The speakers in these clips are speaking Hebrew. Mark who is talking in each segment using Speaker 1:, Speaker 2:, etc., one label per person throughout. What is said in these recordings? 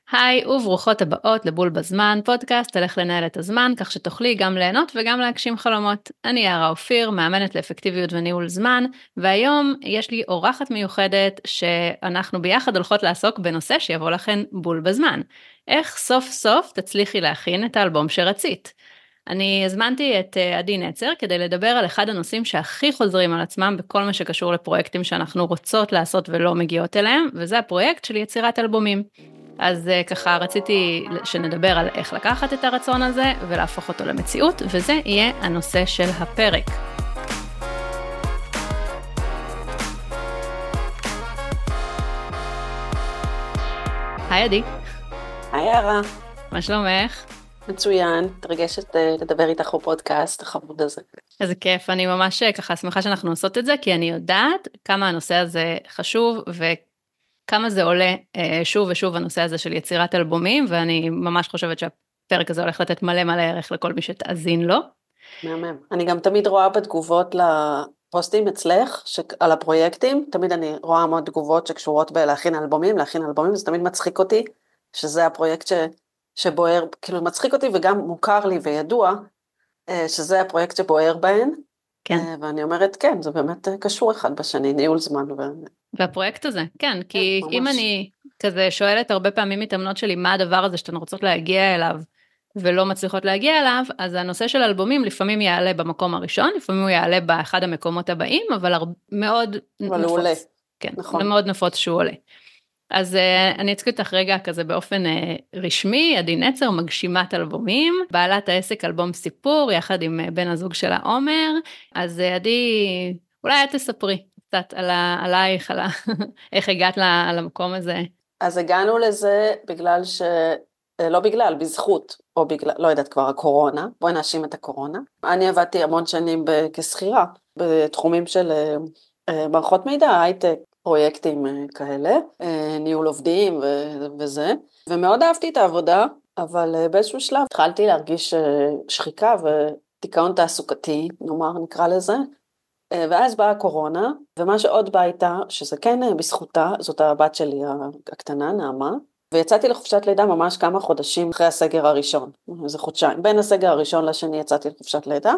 Speaker 1: היי וברוכות הבאות לבול בזמן, פודקאסט על איך לנהל את הזמן, כך שתוכלי גם ליהנות וגם להגשים חלומות. אני יערה אופיר, מאמנת לאפקטיביות וניהול זמן, והיום יש לי אורחת מיוחדת שאנחנו ביחד הולכות לעסוק בנושא שיבוא לכן בול בזמן. איך סוף סוף תצליחי להכין את האלבום שרצית? אני הזמנתי את עדי נצר כדי לדבר על אחד הנושאים שהכי חוזרים על עצמם בכל מה שקשור לפרויקטים שאנחנו רוצות לעשות ולא מגיעות אליהם, וזה הפרויקט של יצירת אלבומים. אז ככה רציתי שנדבר על איך לקחת את הרצון הזה ולהפוך אותו למציאות, וזה יהיה הנושא של הפרק. היי עדי.
Speaker 2: היי יערה.
Speaker 1: מה שלומך?
Speaker 2: מצוין, מתרגשת לדבר איתך בפודקאסט החמוד הזה.
Speaker 1: איזה כיף, אני ממש ככה שמחה שאנחנו עושות את זה, כי אני יודעת כמה הנושא הזה חשוב כמה זה עולה שוב ושוב הנושא הזה של יצירת אלבומים, ואני ממש חושבת שהפרק הזה הולך לתת מלא מלא ערך לכל מי שתאזין לו.
Speaker 2: מהמם. אני גם תמיד רואה בתגובות לפוסטים אצלך, על הפרויקטים, תמיד אני רואה המון תגובות שקשורות בלהכין אלבומים, זה תמיד מצחיק אותי, שזה הפרויקט שבוער, כאילו מצחיק אותי וגם מוכר לי וידוע, שזה הפרויקט שבוער בהן,
Speaker 1: כן.
Speaker 2: ואני אומרת כן, זה באמת קשור אחד בשני, ניהול זמן
Speaker 1: והפרויקט הזה, כן, כי אם אני כזה שואלת הרבה פעמים מתאמנות שלי, מה הדבר הזה שאתן רוצות להגיע אליו, ולא מצליחות להגיע אליו, אז הנושא של אלבומים לפעמים יעלה במקום הראשון, לפעמים הוא יעלה באחד המקומות הבאים, אבל מאוד נפוץ. כן, נכון. מאוד נפוץ שהוא עולה. אז אני אצטט אותך רגע כזה באופן רשמי, עדי נצר, מגשימת אלבומים, בעלת העסק אלבום סיפור, יחד עם בן הזוג שלה עומר. אז עדי, אולי את תספרי קצת עלייך, איך הגעת למקום הזה.
Speaker 2: אז הגענו לזה בגלל לא בגלל, בזכות, או בגלל, לא יודעת כבר, הקורונה, בואי נאשים את הקורונה. אני עבדתי המון שנים כסחירה, בתחומים של מערכות מידע, הייטק, פרויקטים כאלה, ניהול עובדים וזה, ומאוד אהבתי את העבודה, אבל באיזשהו שלב התחלתי להרגיש שחיקה ודיכאון תעסוקתי, נקרא לזה, ואז באה הקורונה, ומה שעוד בא איתה, שזה כן בזכותה, זאת הבת שלי הקטנה, נעמה, ויצאתי לחופשת לידה ממש כמה חודשים אחרי הסגר הראשון, איזה חודשיים, בין הסגר הראשון לשני יצאתי לחופשת לידה,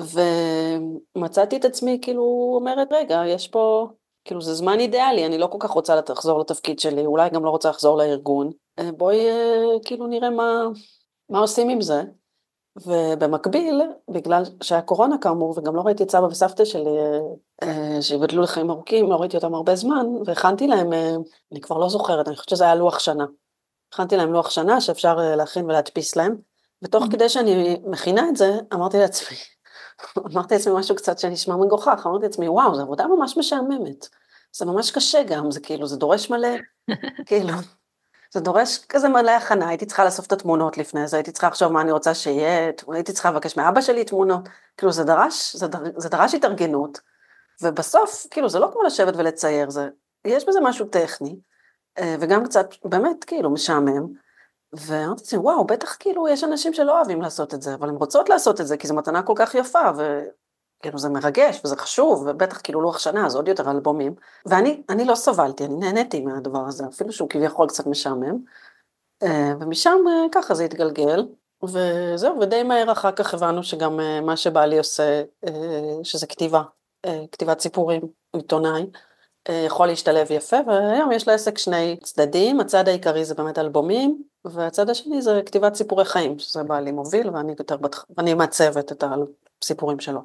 Speaker 2: ומצאתי את עצמי כאילו אומרת, רגע, יש פה, כאילו זה זמן אידיאלי, אני לא כל כך רוצה לחזור לתפקיד שלי, אולי גם לא רוצה לחזור לארגון, בואי כאילו נראה מה עושים עם זה, ובמקביל, בגלל שהקורונה כאמור, וגם לא ראיתי את סבא וסבתא שלי, שיבדלו לחיים ארוכים, לא ראיתי אותם הרבה זמן, והכנתי להם, אני כבר לא זוכרת, אני חושבת שזה היה לוח שנה, הכנתי להם לוח שנה שאפשר להכין ולהדפיס להם, ותוך כדי שאני מכינה את זה, אמרתי לעצמי משהו קצת שנשמע מגוחך, אמרתי לעצמי, וואו, זו עבודה ממש משעממת, זה ממש קשה גם, זה כאילו, זה דורש מלא, כאילו, זה דורש כזה מלא הכנה, הייתי צריכה לאסוף את התמונות לפני זה, הייתי צריכה לחשוב מה אני רוצה שיהיה, הייתי צריכה לבקש מאבא שלי תמונות, כאילו זה דרש התארגנות, ובסוף, כאילו זה לא כמו לשבת ולצייר, יש בזה משהו טכני, וגם קצת באמת כאילו משעמם, ואמרתי לעצמי, וואו, בטח כאילו יש אנשים שלא אוהבים לעשות את זה, אבל הם רוצות לעשות את זה, כי זו מתנה כל כך יפה, וכאילו זה מרגש, וזה חשוב, ובטח כאילו לוח שנה, אז עוד יותר אלבומים, ואני לא סבלתי, אני נהניתי מהדבר הזה, אפילו שהוא כביכול קצת משעמם, ומשם ככה זה התגלגל, וזהו, ודי מהר אחר כך הבנו שגם מה שבעלי עושה, שזה כתיבת סיפורים, עיתונאי, יכול להשתלב יפה, והיום יש לעסק שני צדדים, הצד העיקרי זה באמת אלבומים, והצד השני זה כתיבת סיפורי חיים, שזה בעלי מוביל, ואני מעצבת את הסיפורים שלו.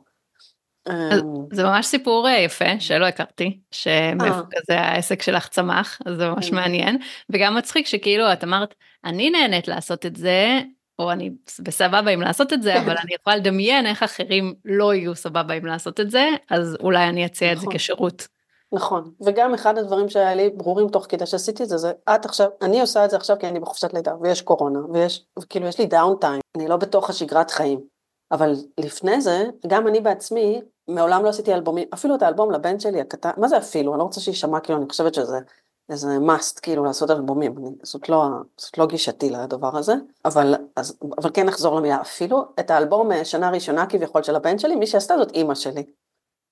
Speaker 1: זה ממש סיפור יפה, שלא הכרתי, שמאיפה כזה העסק שלך צמח, אז זה ממש מעניין, וגם מצחיק שכאילו את אמרת, אני נהנית לעשות את זה, או אני בסבבה עם לעשות את זה, אבל אני יכולה לדמיין איך אחרים לא יהיו סבבה עם לעשות את זה, אז אולי אני אציע את זה כשירות.
Speaker 2: נכון, וגם אחד הדברים שהיה לי ברורים תוך כדי שעשיתי את זה, אני עושה את זה עכשיו כי אני בחופשת לידה, ויש קורונה, וכאילו יש לי דאון טיים, אני לא בתוך השגרת חיים, אבל לפני זה, גם אני בעצמי, מעולם לא עשיתי אלבומים, אפילו את האלבום לבן שלי הקטן, מה זה אפילו? אני לא רוצה שישמע כאילו, אני חושבת שזה איזה must כאילו לעשות אלבומים, זאת לא גישתי לדבר הזה, אבל כן נחזור למילה, אפילו את האלבום שנה ראשונה כביכול של הבן שלי, מי שעשתה זאת אימא שלי,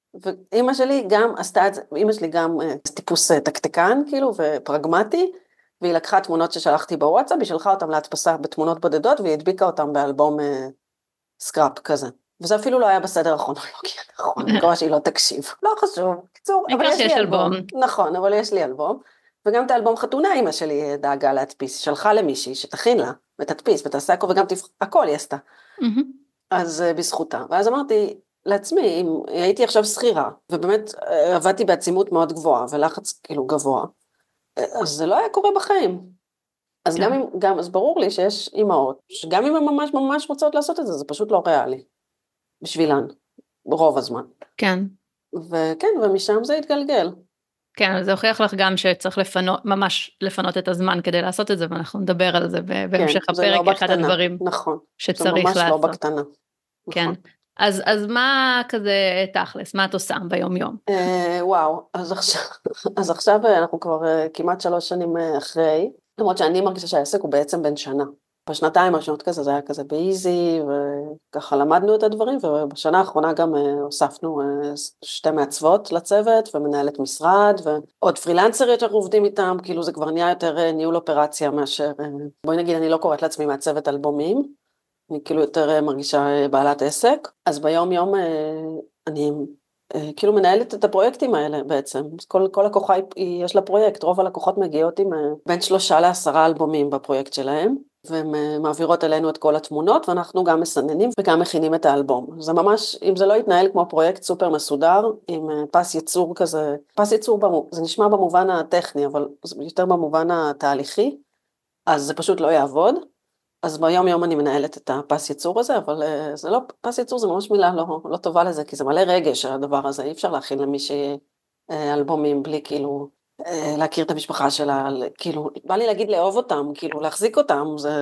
Speaker 2: ואימא שלי גם עשתה את זה, אימא שלי גם טיפוס טקטיקן כאילו ופרגמטי, והיא לקחה תמונות ששלחתי בוואטסאפ, היא שלחה אותם להדפסה בתמונות בודדות, והיא הדביקה אותם באלבום סקראפ כזה. וזה אפילו לא היה בסדר הכרונולוגי הנכון, אני מקווה שהיא לא תקשיב. לא חשוב, קיצור, אבל יש לי אלבום. נכון, אבל יש לי אלבום. וגם את האלבום חתונה, אמא שלי דאגה להדפיס, שלחה למישהי שתכין לה, ותדפיס, ותעשה הכל, וגם הכל היא עשתה. אז בזכותה. ואז אמרתי לעצמי, אם הייתי עכשיו שכירה, ובאמת עבדתי בעצימות מאוד גבוהה, ולחץ כאילו גבוה, אז זה לא היה קורה בחיים. אז אז ברור לי שיש אימהות, שגם אם הן ממש ממש רוצות לעשות את זה, זה פשוט לא ריאלי. בשבילן, ברוב הזמן.
Speaker 1: כן.
Speaker 2: וכן, ומשם זה התגלגל.
Speaker 1: כן, זה הוכיח לך גם שצריך ממש לפנות את הזמן כדי לעשות את זה, ואנחנו נדבר על זה בהמשך הפרק, אחד הדברים שצריך לעשות.
Speaker 2: זה ממש לא בקטנה.
Speaker 1: כן. אז מה כזה תכלס, מה את עושה ביום יום?
Speaker 2: וואו, אז עכשיו אנחנו כבר כמעט 3 שנים אחרי, למרות שאני מרגישה שהעסק הוא בעצם בן שנה. בשנתיים הראשונות כזה זה היה כזה באיזי, וככה למדנו את הדברים, ובשנה האחרונה גם הוספנו 2 מעצבות לצוות, ומנהלת משרד, ועוד פרילנסריות שאנחנו עובדים איתם, כאילו זה כבר נהיה יותר ניהול אופרציה מאשר, בואי נגיד, אני לא קוראת לעצמי מעצבת אלבומים, אני כאילו יותר מרגישה בעלת עסק, אז ביום יום אני כאילו מנהלת את הפרויקטים האלה בעצם, כל לקוחה יש לה פרויקט, רוב הלקוחות מגיעות עם בין 3 ל10 אלבומים בפרויקט שלהם, והן מעבירות אלינו את כל התמונות, ואנחנו גם מסננים וגם מכינים את האלבום. זה ממש, אם זה לא יתנהל כמו פרויקט סופר מסודר, עם פס ייצור כזה, פס ייצור, זה נשמע במובן הטכני, אבל יותר במובן התהליכי, אז זה פשוט לא יעבוד. אז ביום יום אני מנהלת את הפס ייצור הזה, אבל זה לא, פס ייצור זה ממש מילה לא טובה לזה, כי זה מלא רגש הדבר הזה, אי אפשר להכין למישהי אלבומים בלי כאילו, להכיר את המשפחה שלה, כאילו, בא לי להגיד לאהוב אותם, כאילו, להחזיק אותם,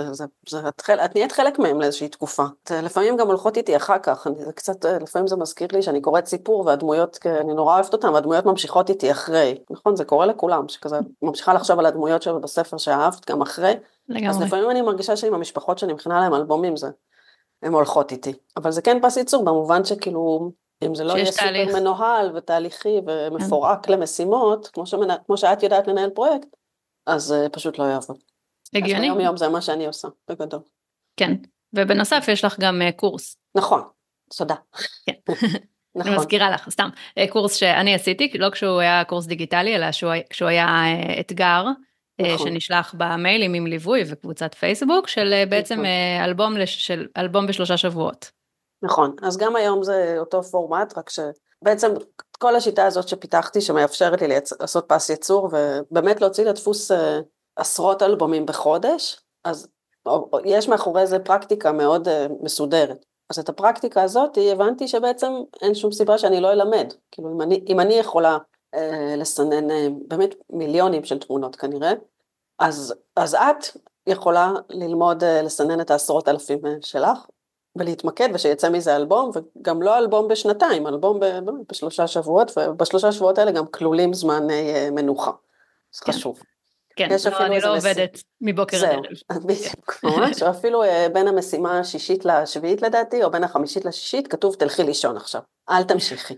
Speaker 2: את נהיית חלק מהם לאיזושהי תקופה. לפעמים גם הולכות איתי אחר כך, לפעמים זה מזכיר לי שאני קוראת סיפור, והדמויות, אני נורא אוהבת אותם, והדמויות ממשיכות איתי אחרי. נכון, זה קורה לכולם, שכזה ממשיכה לחשוב על הדמויות שלו בספר שאהבת גם אחרי. לגמרי. אז לפעמים אני מרגישה שעם המשפחות שאני מכינה להם אלבומים, הן הולכות איתי. אבל זה כן פס ייצור, במובן שכאילו, אם זה לא יהיה סופר מנוהל ותהליכי ומפורק למשימות, כמו שאת יודעת לנהל פרויקט, אז פשוט לא יעבוד. הגיוני. אז ביום יום זה מה שאני עושה, בגדול.
Speaker 1: כן, ובנוסף יש לך גם קורס.
Speaker 2: נכון, תודה.
Speaker 1: כן, אני מזכירה לך, סתם, קורס שאני עשיתי, לא כשהוא היה קורס דיגיטלי, אלא כשהוא היה אתגר, שנשלח במיילים עם ליווי וקבוצת פייסבוק, של בעצם אלבום ב3 שבועות.
Speaker 2: נכון, אז גם היום זה אותו פורמט, רק שבעצם כל השיטה הזאת שפיתחתי, שמאפשרת לי לעשות פס ייצור, ובאמת להוציא לדפוס עשרות אלבומים בחודש, אז יש מאחורי זה פרקטיקה מאוד מסודרת. אז את הפרקטיקה הזאת, הבנתי שבעצם אין שום סיבה שאני לא אלמד. כאילו, אם אני יכולה לסנן באמת מיליונים של תמונות כנראה, אז את יכולה ללמוד לסנן את 10,000 שלך, ולהתמקד ושיצא מזה אלבום, וגם לא אלבום בשנתיים, אלבום ב3 שבועות, וב3 שבועות האלה גם כלולים זמני מנוחה. זה חשוב.
Speaker 1: כן, אני לא עובדת מבוקר עד ערב.
Speaker 2: בדיוק, ממש, או אפילו בין המשימה ה6 ל7 לדעתי, או בין ה5 ל6, כתוב תלכי לישון עכשיו, אל תמשיכי,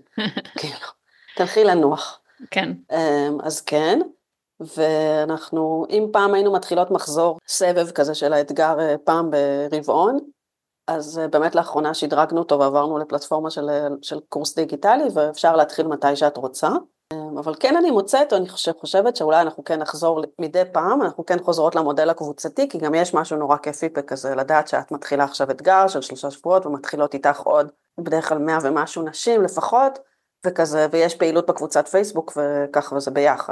Speaker 2: תלכי לנוח.
Speaker 1: כן.
Speaker 2: אז כן, ואנחנו, אם פעם היינו מתחילות מחזור סבב כזה של האתגר פעם ברבעון, אז באמת לאחרונה שדרגנו אותו ועברנו לפלטפורמה של קורס דיגיטלי, ואפשר להתחיל מתי שאת רוצה. אבל כן אני מוצאת, אני חושבת שאולי אנחנו כן נחזור מדי פעם, אנחנו כן חוזרות למודל הקבוצתי, כי גם יש משהו נורא כיפי כזה, לדעת שאת מתחילה עכשיו אתגר של 3 שבועות, ומתחילות איתך עוד בדרך כלל 100 ומשהו נשים לפחות, וכזה, ויש פעילות בקבוצת פייסבוק, וכך וזה ביחד.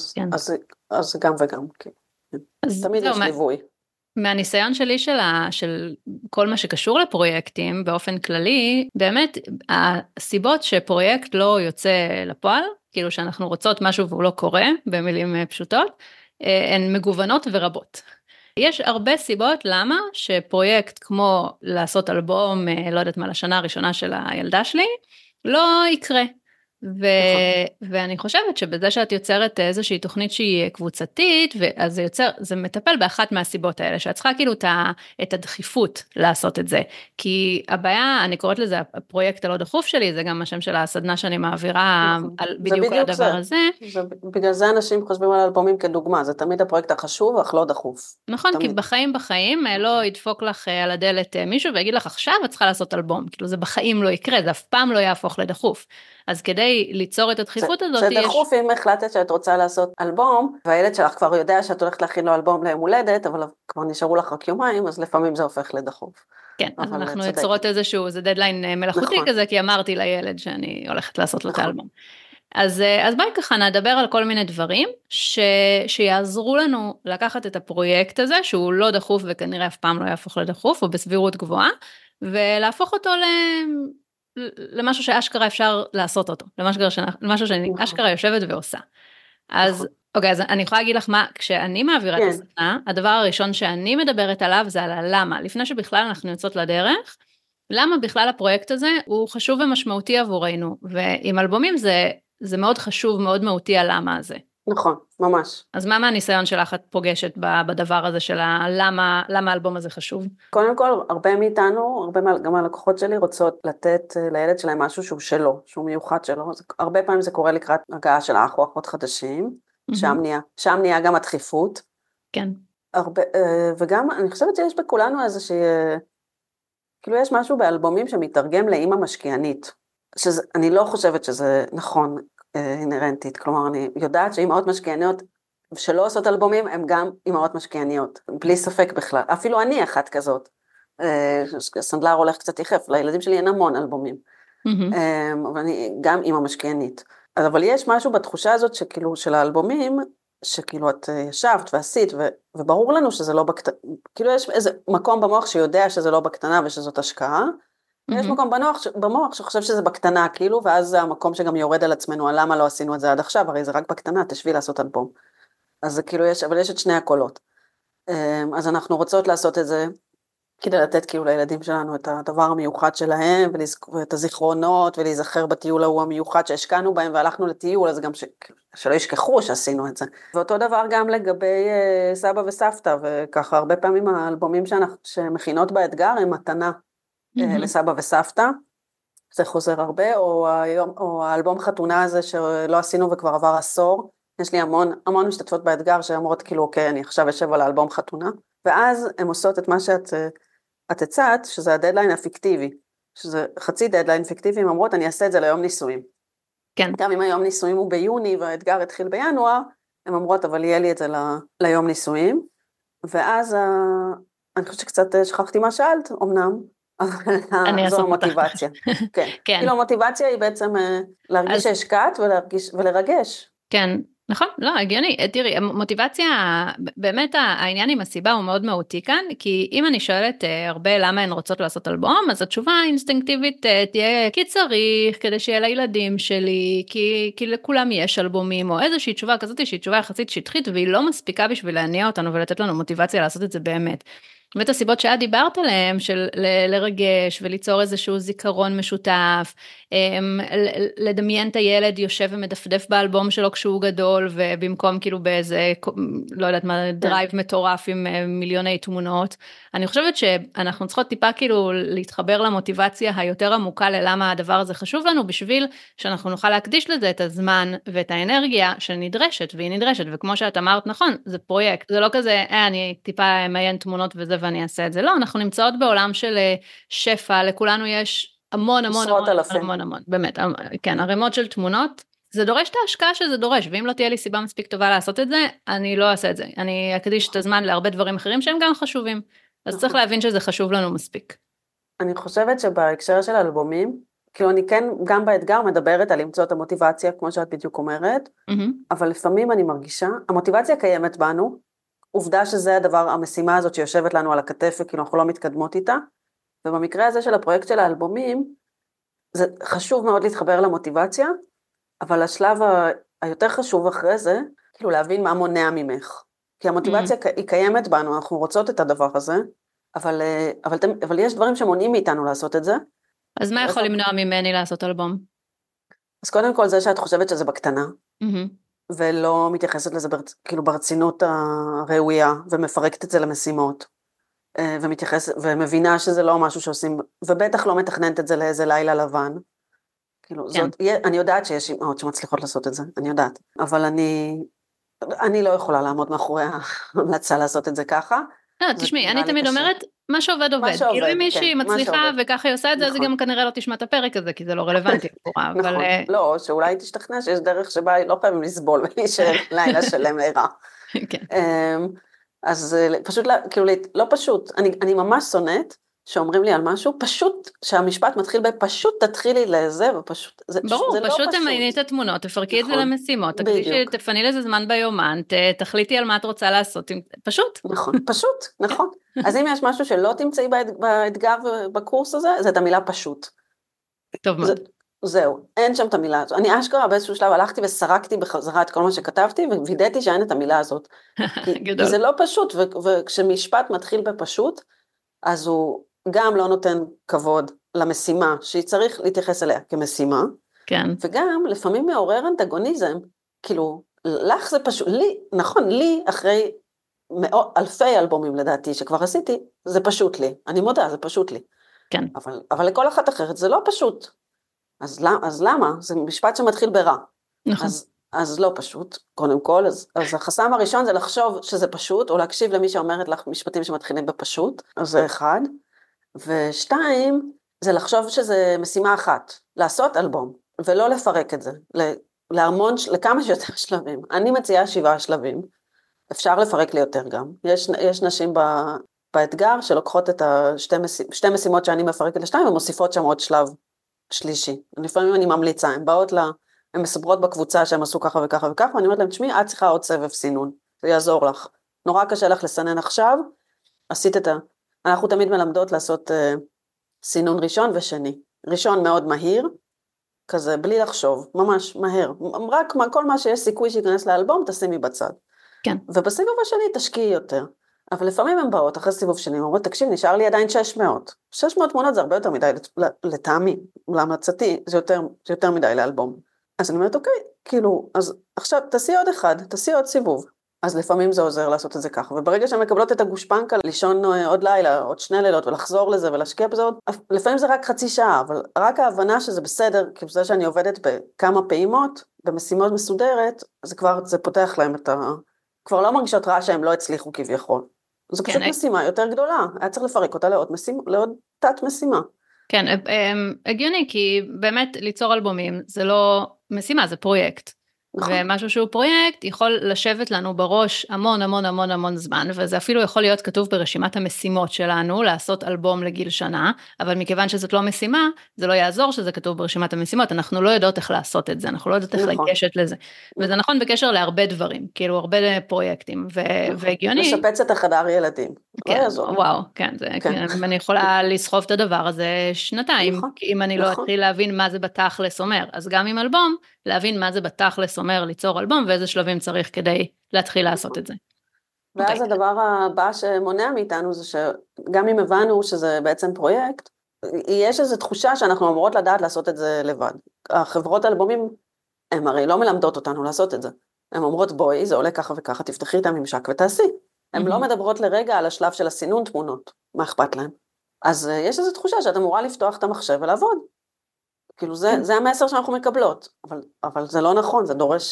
Speaker 2: אז גם וגם, כן. תמיד יש ליווי.
Speaker 1: מהניסיון שלי של כל מה שקשור לפרויקטים באופן כללי, באמת הסיבות שפרויקט לא יוצא לפועל, כאילו שאנחנו רוצות משהו והוא לא קורה, במילים פשוטות, הן מגוונות ורבות. יש הרבה סיבות למה שפרויקט כמו לעשות אלבום, לא יודעת מה, לשנה הראשונה של הילדה שלי, לא יקרה. ואני חושבת שבזה שאת יוצרת איזושהי תוכנית שהיא קבוצתית, אז זה מטפל באחת מהסיבות האלה, שאת צריכה כאילו את הדחיפות לעשות את זה. כי הבעיה, אני קוראת לזה הפרויקט הלא דחוף שלי, זה גם השם של הסדנה שאני מעבירה בדיוק על הדבר הזה.
Speaker 2: בגלל זה אנשים חושבים על אלבומים כדוגמה, זה תמיד הפרויקט החשוב, אך לא דחוף.
Speaker 1: נכון, כי בחיים לא ידפוק לך על הדלת מישהו ויגיד לך עכשיו את צריכה לעשות אלבום, כאילו זה בחיים לא יקרה, זה אף פעם לא יהפוך לדחוף. אז כדי ליצור את הדחיפות הזאת,
Speaker 2: זה דחוף אם החלטת שאת רוצה לעשות אלבום, והילד שלך כבר יודע שאת הולכת להכין לו אלבום ליום הולדת, אבל כבר נשארו לך רק יומיים, אז לפעמים זה הופך לדחוף.
Speaker 1: כן, אז אנחנו יוצרות איזשהו, זה דדליין מלאכותי כזה, כי אמרתי לילד שאני הולכת לעשות לו את האלבום. אז בואי ככה נדבר על כל מיני דברים שיעזרו לנו לקחת את הפרויקט הזה, שהוא לא דחוף וכנראה אף פעם לא יהפוך לדחוף, או בסבירות גבוהה, ולהפוך אותו למשהו שאשכרה אפשר לעשות אותו, למשהו שאני אשכרה יושבת ועושה. אז אוקיי, אז אני יכולה להגיד לך מה, כשאני מעבירה את הסדנה, הדבר הראשון שאני מדברת עליו זה על הלמה, לפני שבכלל אנחנו יוצאות לדרך, למה בכלל הפרויקט הזה הוא חשוב ומשמעותי עבורנו, ועם אלבומים זה מאוד חשוב, מאוד מהותי הלמה הזה.
Speaker 2: נכון, ממש.
Speaker 1: אז מה מהניסיון שלך את פוגשת בדבר הזה של למה האלבום הזה חשוב?
Speaker 2: קודם כל, הרבה מאיתנו, גם הלקוחות שלי רוצות לתת לילד שלהם משהו שהוא שלו, שהוא מיוחד שלו. הרבה פעמים זה קורה לקראת הגעה של אח או אחות חדשים, שם נהיה גם הדחיפות.
Speaker 1: כן.
Speaker 2: וגם אני חושבת שיש בכולנו איזושהי, כאילו יש משהו באלבומים שמתרגם לאמא משקיענית. אני לא חושבת שזה נכון אינרנטית, כלומר אני יודעת שאמאות משקיעניות שלא עושות אלבומים הם גם אמאות משקיעניות, בלי ספק בכלל, אפילו אני אחת כזאת, סנדלר הולך קצת יחף, לילדים שלי אין המון אלבומים, אבל אני גם אמא משקיענית, אבל יש משהו בתחושה הזאת שכאילו של האלבומים, שכאילו את ישבת ועשית, וברור לנו שזה לא בקטנה, כאילו יש איזה מקום במוח שיודע שזה לא בקטנה ושזאת השקעה, יש מקום במוח שחושב שזה בקטנה, כאילו, ואז זה המקום שגם יורד על עצמנו, על למה לא עשינו את זה עד עכשיו, הרי זה רק בקטנה, תשבי לעשות אלבום. אז זה כאילו אבל יש את שני הקולות. אז אנחנו רוצות לעשות את זה, כדי לתת כאילו לילדים שלנו את הדבר המיוחד שלהם, ואת הזיכרונות, ולהיזכר בטיול ההוא המיוחד שהשקענו בהם, והלכנו לטיול, אז גם שלא ישכחו שעשינו את זה. ואותו דבר גם לגבי סבא וסבתא, וככה הרבה פעמים האלבומים שמכינות באתגר הם מתנה. לסבא וסבתא, זה חוזר הרבה, או האלבום חתונה הזה שלא עשינו וכבר עבר עשור, יש לי המון משתתפות באתגר שאומרות כאילו אוקיי, אני עכשיו אשב על האלבום חתונה, ואז הן עושות את מה שאת הצעת, שזה הדדליין הפיקטיבי, שזה חצי דדליין פיקטיבי, הן אומרות אני אעשה את זה ליום נישואים.
Speaker 1: כן.
Speaker 2: גם אם היום נישואים הוא ביוני והאתגר התחיל בינואר, הן אומרות אבל יהיה לי את זה ליום נישואים, ואז אני חושבת שקצת שכחתי מה שאלת, אמנם, זו המוטיבציה. כן. כאילו המוטיבציה היא בעצם להרגיש שהשקעת ולרגש.
Speaker 1: כן, נכון, לא, הגיוני. תראי, מוטיבציה, באמת העניין עם הסיבה הוא מאוד מהותי כאן, כי אם אני שואלת הרבה למה הן רוצות לעשות אלבום, אז התשובה האינסטינקטיבית תהיה כי צריך, כדי שיהיה לילדים שלי, כי לכולם יש אלבומים, או איזושהי תשובה כזאת שהיא תשובה יחסית שטחית, והיא לא מספיקה בשביל להניע אותנו ולתת לנו מוטיבציה לעשות את זה באמת. באמת הסיבות שאת דיברת עליהם, של לרגש וליצור איזשהו זיכרון משותף, לדמיין את הילד יושב ומדפדף באלבום שלו כשהוא גדול, ובמקום כאילו באיזה, לא יודעת מה, דרייב מטורף עם מיליוני תמונות. אני חושבת שאנחנו צריכות טיפה כאילו להתחבר למוטיבציה היותר עמוקה ללמה הדבר הזה חשוב לנו, בשביל שאנחנו נוכל להקדיש לזה את הזמן ואת האנרגיה שנדרשת, והיא נדרשת, וכמו שאת אמרת, נכון, זה פרויקט, זה לא כזה, אני טיפה מעיין תמונות וזה ואני אעשה את זה, לא, אנחנו נמצאות בעולם של שפע, לכולנו יש המון, באמת, כן, הרמות של תמונות, זה דורש את ההשקעה שזה דורש, ואם לא תהיה לי סיבה מספיק טובה לעשות את זה, אני לא אעשה את זה, אני אקדיש את הזמן להרבה דברים אחרים שהם גם חשובים, אז צריך להבין שזה חשוב לנו מספיק.
Speaker 2: אני חושבת שבהקשר של האלבומים, כאילו אני כן גם באתגר מדברת על למצוא את המוטיבציה, כמו שאת בדיוק אומרת, אבל לפעמים אני מרגישה, המוטיבציה קיימת בנו, עובדה שזה הדבר, המשימה הזאת שיושבת לנו על הכתף, וכאילו אנחנו לא מתקדמות איתה, ובמקרה הזה של הפרויקט של האלבומים, זה חשוב מאוד להתחבר למוטיבציה, אבל השלב היותר חשוב אחרי זה, כאילו להבין מה מונע ממך. כי המוטיבציה היא קיימת בנו, אנחנו רוצות את הדבר הזה, אבל יש דברים שמונעים מאיתנו לעשות את זה.
Speaker 1: אז מה יכול למנוע ממני לעשות אלבום?
Speaker 2: אז קודם כל זה שאת חושבת שזה בקטנה,
Speaker 1: מהמם.
Speaker 2: ולא מתייחסת לזה כאילו ברצינות הראויה, ומפרקת את זה למשימות, ומבינה שזה לא משהו שעושים, ובטח לא מתכננת את זה לאיזה לילה לבן. כאילו,
Speaker 1: כן.
Speaker 2: אני יודעת שיש אמהות שמצליחות לעשות את זה, אני יודעת, אבל אני לא יכולה לעמוד מאחורי ההמלצה לעשות את זה ככה.
Speaker 1: לא, תשמעי, אני תמיד אומרת, מה שעובד עובד. כאילו אם מישהי מצליחה וככה היא עושה את זה, אז היא גם כנראה לא תשמע את הפרק הזה, כי זה לא רלוונטי עבורה, אבל...
Speaker 2: נכון, לא, שאולי תשתכנע שיש דרך שבה לא חייבים לסבול ולהישאר לילה שלם ערה.
Speaker 1: כן.
Speaker 2: אז פשוט, כאילו, לא פשוט, אני ממש שונאת שאומרים לי על משהו, פשוט, שהמשפט מתחיל בפשוט תתחילי לזה, ופשוט,
Speaker 1: ברור,
Speaker 2: זה לא
Speaker 1: פשוט
Speaker 2: פשוט.
Speaker 1: תמייני את התמונות, תפרקי את זה
Speaker 2: נכון,
Speaker 1: למשימות,
Speaker 2: בדיוק.
Speaker 1: תפני לזה זמן ביומן, תחליטי על מה את רוצה לעשות, פשוט.
Speaker 2: נכון, פשוט, נכון. אז אם יש משהו שלא תמצאי באתגר בקורס הזה, זה את המילה פשוט.
Speaker 1: טוב מאוד.
Speaker 2: זהו, אין שם את המילה הזאת. אני אשכרה באיזשהו שלב הלכתי וסרקתי בחזרה את כל מה שכתבתי, ווידאתי שאין את המילה הזאת. כי זה לא פשוט, וכשמשפט מתחיל בפשוט, אז הוא גם לא נותן כבוד למשימה, שהיא צריך להתייחס אליה כמשימה,
Speaker 1: כן.
Speaker 2: וגם לפעמים מעורר אנטגוניזם, כאילו, לך זה פשוט, לי, נכון, לי אחרי אלפי אלבומים לדעתי שכבר עשיתי, זה פשוט לי, אני מודה, זה פשוט לי.
Speaker 1: כן.
Speaker 2: אבל לכל אחת אחרת זה לא פשוט. אז למה? זה משפט שמתחיל ברע.
Speaker 1: נכון.
Speaker 2: אז לא פשוט, קודם כל, אז החסם הראשון זה לחשוב שזה פשוט, או להקשיב למי שאומרת לך משפטים שמתחילים בפשוט, אז זה אחד, ושתיים, זה לחשוב שזה משימה אחת, לעשות אלבום, ולא לפרק את זה, לכמה שיותר שלבים. אני מציעה 7 שלבים, אפשר לפרק לי יותר גם, יש נשים באתגר שלוקחות את שתי משימות שאני מפרקת לשתיים, ומוסיפות שם עוד שלב שלישי. לפעמים אני ממליצה, הן באות הן מספרות בקבוצה שהם עשו ככה וככה וככה, ואני אומרת להם, תשמעי, את צריכה עוד סבב סינון, זה יעזור לך. נורא קשה לך לסנן עכשיו, אנחנו תמיד מלמדות לעשות סינון ראשון ושני. ראשון מאוד מהיר, כזה בלי לחשוב, ממש מהר. רק כל מה שיש סיכוי שיכנס לאלבום, תשימי בצד.
Speaker 1: כן.
Speaker 2: ובסיבוב השני תשקיעי יותר. אבל לפעמים הן באות, אחרי סיבוב שני, אומרות, תקשיב, נשאר לי עדיין 600. 600 תמונות זה הרבה יותר מדי לטעמי, להמלצתי, זה יותר מדי לאלבום. אז אני אומרת, אוקיי, כאילו, אז עכשיו תעשי עוד אחד, תעשי עוד סיבוב. אז לפעמים זה עוזר לעשות את זה ככה, וברגע שהן מקבלות את הגושפנקה, לישון עוד לילה, עוד 2 לילות, ולחזור לזה ולהשקיע בזה עוד, לפעמים זה רק חצי שעה, אבל רק ההבנה שזה בסדר, כי זה שאני עובדת בכמה פעימות, במשימות מסודרת, זה פותח להם כבר לא מרגישות רע שהם לא הצליחו כביכול. זו פשוט משימה יותר גדולה, היה צריך לפרק אותה לעוד תת משימה.
Speaker 1: כן, הגיוני, כי באמת ליצור אלבומים זה לא משימה, זה פרויקט. נכון. ומשהו שהוא פרויקט יכול לשבת לנו בראש המון המון המון המון זמן, וזה אפילו יכול להיות כתוב ברשימת המשימות שלנו, לעשות אלבום לגיל שנה, אבל מכיוון שזאת לא משימה, זה לא יעזור שזה כתוב ברשימת המשימות, אנחנו לא יודעות איך לעשות את זה, אנחנו לא יודעות איך לגשת לזה, וזה נכון בקשר להרבה דברים, כאילו הרבה פרויקטים, והגיוני.
Speaker 2: לשפץ את החדר ילדים, לא יעזור.
Speaker 1: וואו, כן, אני יכולה לסחוב את הדבר הזה 2, כי אם אני לא אתחיל להבין מה זה בתכלס אומר, אז גם עם אלבום, להבין מה זה בתכלס אומר ליצור אלבום, ואיזה שלבים צריך כדי להתחיל לעשות את זה.
Speaker 2: ואז הדבר הבא שמונע מאיתנו, זה שגם אם הבנו שזה בעצם פרויקט, יש איזו תחושה שאנחנו אמורות לדעת לעשות את זה לבד. החברות האלבומים, הן הרי לא מלמדות אותנו לעשות את זה. הן אומרות, בואי, זה עולה ככה וככה, תפתחי את הממשק ותעשי. הן לא מדברות לרגע על השלב של הסינון תמונות, מה אכפת להן. אז יש איזו תחושה שאת אמורה לפתוח את המחשב ולעבוד. כאילו זה המסר שאנחנו מקבלות, אבל זה לא נכון, זה דורש,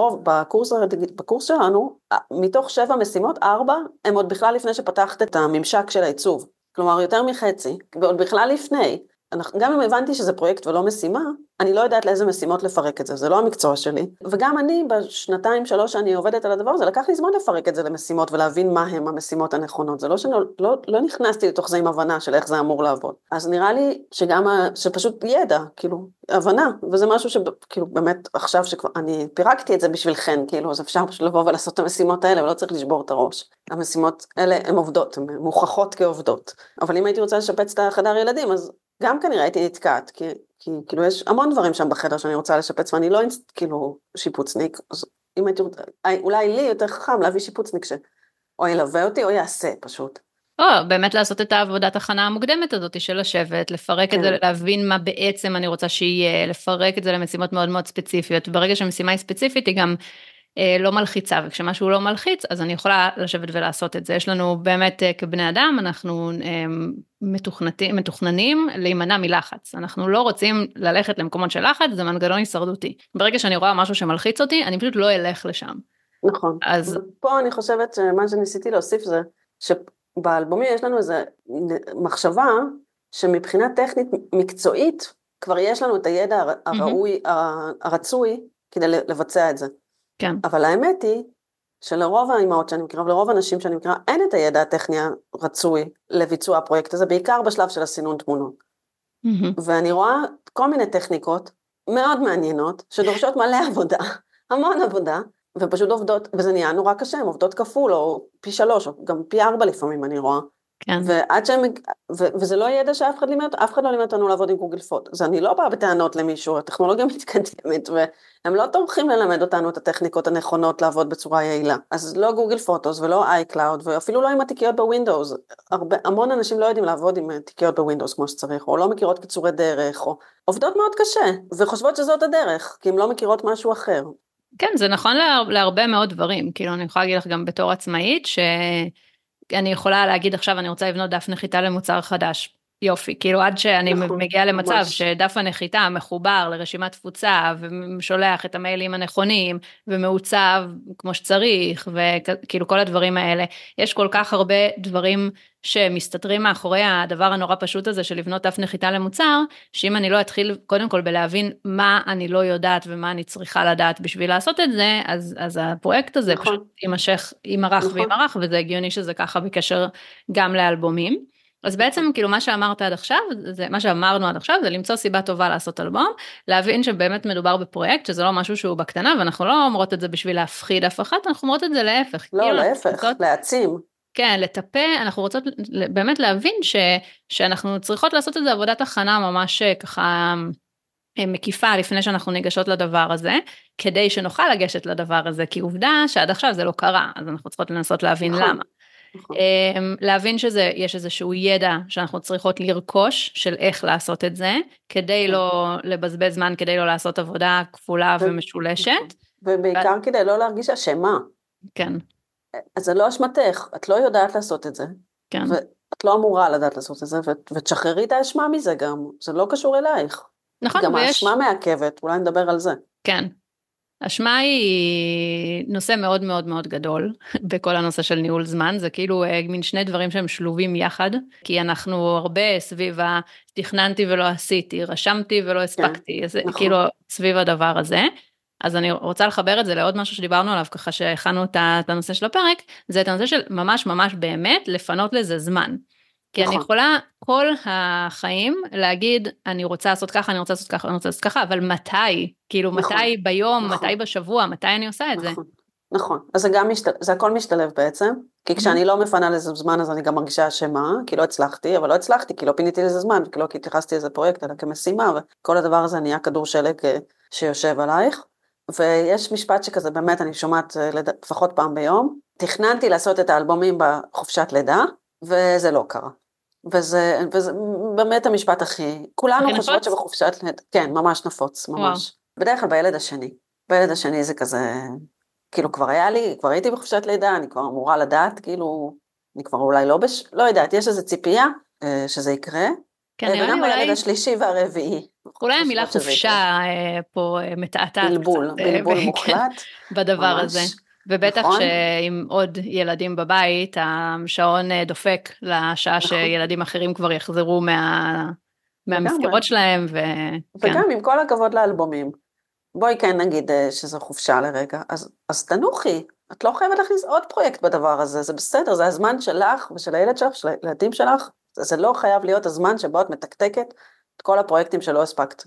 Speaker 2: בקורס שלנו, מתוך 7 משימות, 4, הם עוד בכלל לפני שפתחת את הממשק של העיצוב, כלומר יותר מחצי, ועוד בכלל לפני, גם אם הבנתי שזה פרויקט ולא משימה, אני לא יודעת לאיזה משימות לפרק את זה, זה לא המקצוע שלי, וגם אני ב2-3 שאני עובדת על הדבר הזה, לקח לי זמן לפרק את זה למשימות, ולהבין מה הם המשימות הנכונות, זה לא לא נכנסתי לתוך זה עם הבנה של איך זה אמור לעבוד, אז נראה לי שפשוט ידע, כאילו, הבנה, וזה משהו שכאילו באמת עכשיו שכבר, אני פירקתי את זה בשבילכן, כאילו, אז אפשר פשוט לבוא ולעשות את המשימות האלה, ולא צריך לשבור את הראש, המשימות האלה הן עובדות, הן מוכחות כעובדות, אבל אם הייתי רוצה לשפץ את החדר ילדים, אז גם כנראה הייתי נתקעת, כי כאילו יש המון דברים שם בחדר שאני רוצה לשפץ, ואני לא כאילו שיפוצניק, אז אם הייתי רוצה, אולי לי יותר חכם להביא שיפוצניק או ילווה אותי או יעשה פשוט.
Speaker 1: או באמת לעשות את העבודת הכנה המוקדמת הזאת של לשבת, לפרק את זה, להבין מה בעצם אני רוצה שיהיה, לפרק את זה למשימות מאוד מאוד ספציפיות, וברגע שהמשימה היא ספציפית היא גם לא מלחיצה, וכשמשהו לא מלחיץ, אז אני יכולה לשבת ולעשות את זה. יש לנו באמת כבני אדם, אנחנו מתוכננים להימנע מלחץ. אנחנו לא רוצים ללכת למקומות של לחץ, זה מנגנון הישרדותי. ברגע שאני רואה משהו שמלחיץ אותי, אני פשוט לא אלך לשם.
Speaker 2: נכון. אז פה אני חושבת שמה שניסיתי להוסיף זה, שבאלבומי יש לנו איזו מחשבה, שמבחינה טכנית מקצועית, כבר יש לנו את הידע הראוי, הרצוי, כדי לבצע את זה.
Speaker 1: כן.
Speaker 2: אבל האמת היא, שלרוב האימהות שאני מכירה, ולרוב האנשים שאני מכירה, אין את הידע הטכני הרצוי לביצוע הפרויקט הזה, בעיקר בשלב של הסינון תמונות. ואני רואה כל מיני טכניקות מאוד מעניינות, שדורשות מלא עבודה, המון עבודה, ופשוט עובדות, וזה נהיה נורא קשה, הן עובדות כפול, או פי 3, או גם פי 4 לפעמים אני רואה.
Speaker 1: כן.
Speaker 2: וזה לא ידע שאף אחד לימד, אף אחד לא לימד אותנו לעבוד עם גוגל פוטו. אז אני לא באה בטענות למישהו, הטכנולוגיה מתקדמת, והם לא תומכים ללמד אותנו את הטכניקות הנכונות לעבוד בצורה יעילה. אז לא גוגל פוטוס ולא iCloud, ואפילו לא עם התיקיות בווינדוס. המון אנשים לא יודעים לעבוד עם תיקיות בווינדוס כמו שצריך, או לא מכירות קיצורי דרך, או עובדות מאוד קשה, וחושבות שזאת הדרך, כי הן לא מכירות משהו אחר.
Speaker 1: כן, זה נכון להרבה מאוד דברים. כאילו, אני יכולה להגיד לך גם בתור עצמאית, אני יכולה להגיד עכשיו, אני רוצה לבנות דף נחיתה למוצר חדש. יופי, כאילו עד שאני מגיעה למצב שדף הנחיתה מחובר לרשימת תפוצה, ושולח את המיילים הנכונים, ומעוצב כמו שצריך, וכאילו כל הדברים האלה. יש כל כך הרבה דברים שמסתתרים מאחורי הדבר הנורא פשוט הזה, של לבנות דף נחיתה למוצר, שאם אני לא אתחיל קודם כל בלהבין מה אני לא יודעת, ומה אני צריכה לדעת בשביל לעשות את זה, אז הפרויקט הזה פשוט יימשך, יימרח וימרח, וזה הגיוני שזה ככה בקשר גם לאלבומים. אז בעצם כאילו מה שאמרת עד עכשיו, מה שאמרנו עד עכשיו, זה למצוא סיבה טובה לעשות אלבום, להבין שבאמת מדובר בפרויקט, שזה לא משהו שהוא בקטנה, ואנחנו לא אומרות את זה בשביל להפחיד אף אחת, אנחנו אומרות את זה להפך.
Speaker 2: לא, כאילו להפך, להעצים.
Speaker 1: כן, לטפל, אנחנו רוצות באמת להבין שאנחנו צריכות לעשות את זה עבודת הכנה ממש ככה מקיפה לפני שאנחנו ניגשות לדבר הזה, כדי שנוכל לגשת לדבר הזה, כי עובדה שעד עכשיו זה לא קרה, אז אנחנו צריכות לנסות להבין למה. להבין שיש איזשהו ידע שאנחנו צריכות לרכוש של איך לעשות את זה, כדי לא לבזבז זמן, כדי לא לעשות עבודה כפולה ומשולשת.
Speaker 2: ובעיקר כדי לא להרגיש אשמה.
Speaker 1: כן.
Speaker 2: אז זה לא אשמתך, את לא יודעת לעשות את זה.
Speaker 1: כן.
Speaker 2: ואת לא אמורה לדעת לעשות את זה, ותשחררי את האשמה מזה גם, זה לא קשור אלייך.
Speaker 1: נכון.
Speaker 2: גם האשמה מעכבת, אולי נדבר על זה.
Speaker 1: כן. אשמה היא נושא מאוד מאוד מאוד גדול בכל הנושא של ניהול זמן, זה כאילו מין שני דברים שהם שלובים יחד, כי אנחנו הרבה סביב תכננתי ולא עשיתי, רשמתי ולא הספקתי, אז כאילו סביב הדבר הזה, אז אני רוצה לחבר את זה לעוד משהו שדיברנו עליו, ככה שהכנו את הנושא של הפרק, זה את הנושא של ממש ממש באמת לפנות לזה זמן. כי אני יכולה כל החיים להגיד, אני רוצה לעשות ככה, אני רוצה לעשות ככה, אני רוצה לעשות ככה, אבל מתי? כאילו מתי ביום, מתי בשבוע, מתי אני עושה את זה?
Speaker 2: נכון, אז זה הכל משתלב בעצם, כי כשאני לא מפנה לזה זמן, אז אני גם מרגישה אשמה, כי לא הצלחתי, אבל לא הצלחתי, כי לא פיניתי לזה זמן, כי לא התייחסתי לזה פרויקט, אלא כמשימה, וכל הדבר הזה נהיה כדור שלג שיושב עלייך, ויש משפט שכזה, באמת אני שומעת לפחות פעם ביום, תכננתי לעשות את האלבומים בחופשת לידה, וזה לא קרה. וזה באמת המשפט הכי, כולנו חושבות שבחופשת לידה, כן, ממש נפוץ, ממש. בדרך כלל בילד השני זה כזה, כאילו כבר הייתי בחופשת לידה, אני כבר אמורה לדעת, כאילו, אני כבר אולי לא יודעת, יש איזו ציפייה שזה יקרה, וגם בילד השלישי והרביעי.
Speaker 1: אולי המילה חופשה פה מתעתעת.
Speaker 2: בלבול מוחלט.
Speaker 1: בדבר הזה. ובטח שעם עוד ילדים בבית, השעון דופק לשעה שילדים אחרים כבר יחזרו מהמסגרות שלהם.
Speaker 2: וגם עם כל הכבוד לאלבומים, בואי כן נגיד שזו חופשה לרגע, אז תנוחי, את לא חייבת להכניס עוד פרויקט בדבר הזה, זה בסדר, זה הזמן שלך ושל הילד שלך, של הילדים שלך, זה לא חייב להיות הזמן שבו את מתקתקת את כל הפרויקטים שלא הספקת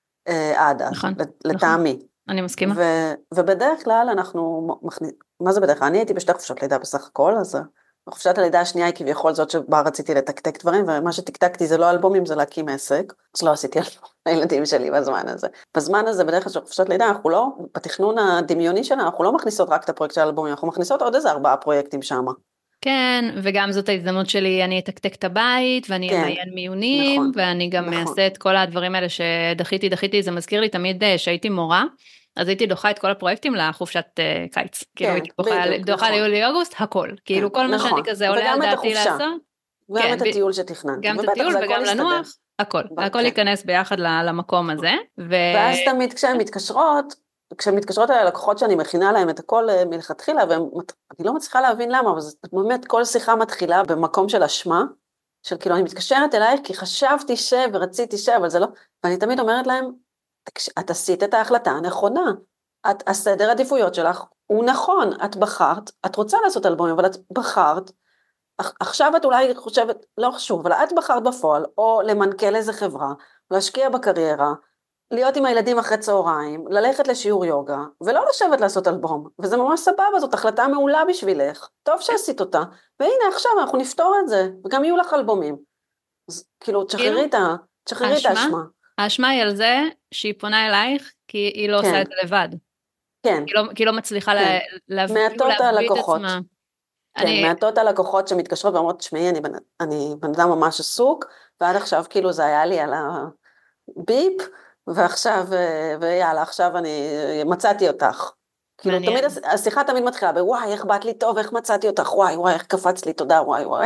Speaker 2: עד אז, לטעמי.
Speaker 1: אני מסכימה.
Speaker 2: ובדרך כלל אנחנו מה זה בדרך כלל? אני הייתי בשתי חופשות לידה בסך הכל, אז בחופשת הלידה השנייה היא כביכול זאת שבה רציתי לתקתק דברים, ומה שתקתקתי זה לא אלבומים, זה להקים עסק, אז לא עשיתי לילדים שלי בזמן הזה. בזמן הזה בדרך כלל של חופשות לידה, אנחנו לא, בתכנון הדמיוני שלנו, אנחנו לא מכניסות רק את הפרויקט של האלבומים, אנחנו מכניסות עוד איזה 4 פרויקטים שם.
Speaker 1: כן, וגם זאת ההזדמנות שלי, אני אתקתק את הבית, ואני
Speaker 2: כן,
Speaker 1: אמיין מיונים,
Speaker 2: נכון,
Speaker 1: ואני גם
Speaker 2: נכון.
Speaker 1: אעשה את כל הדברים האלה שדחיתי, זה מזכיר לי תמיד שהייתי מורה, אז הייתי דוחה את כל הפרויקטים לחופשת קיץ, כאילו
Speaker 2: כן,
Speaker 1: הייתי
Speaker 2: בדיוק,
Speaker 1: דוחה
Speaker 2: נכון.
Speaker 1: ליולי-אוגוסט, הכל,
Speaker 2: כן,
Speaker 1: כאילו כל מה שאני
Speaker 2: נכון.
Speaker 1: כזה עולה על
Speaker 2: וגם את
Speaker 1: דעתי
Speaker 2: החופשה,
Speaker 1: לעשות,
Speaker 2: גם
Speaker 1: כן,
Speaker 2: את הטיול שתכננתי,
Speaker 1: גם את
Speaker 2: ובטח
Speaker 1: הטיול
Speaker 2: זה הכל
Speaker 1: וגם
Speaker 2: יסתדר.
Speaker 1: לנוח, הכל
Speaker 2: כן.
Speaker 1: ייכנס ביחד למקום הזה,
Speaker 2: ואז תמיד כשהן מתקשרות אליי לקוחות שאני מכינה להם את הכל מלכתחילה, ואני לא מצליחה להבין למה, אבל זה באמת כל שיחה מתחילה במקום של אשמה, של כאילו אני מתקשרת אלייך כי חשבתי ורציתי אבל זה לא, ואני תמיד אומרת להם, את עשית את ההחלטה הנכונה, הסדר עדיפויות שלך הוא נכון, את בחרת, את רוצה לעשות אלבומים, אבל את בחרת, עכשיו את אולי חושבת, לא חשוב, אבל את בחרת בפועל, או למנכ"ל איזה חברה, להשקיע בקריירה, להיות עם הילדים אחרי צהריים, ללכת לשיעור יוגה, ולא לשבת לעשות אלבום, וזה ממש סבבה, זאת החלטה מעולה בשבילך, טוב שעשית אותה, והנה עכשיו אנחנו נפתור את זה, וגם יהיו לך אלבומים. אז כאילו, תשחררי את האשמה.
Speaker 1: האשמה היא על זה שהיא פונה אלייך, כי היא לא עושה את זה לבד.
Speaker 2: כן.
Speaker 1: כי היא לא מצליחה להביא את עצמה.
Speaker 2: כן, מעטות הלקוחות שמתקשרות ואומרות, תשמעי, אני בן אדם ממש עסוק, ועד עכשיו כאילו זה היה לי על הביפ, ועכשיו, ויאללה, עכשיו אני מצאתי אותך. כאילו, תמיד, השיחה תמיד מתחילה בוואי, איך באת לי טוב, איך מצאתי אותך, וואי, איך קפץ לי, תודה, וואי.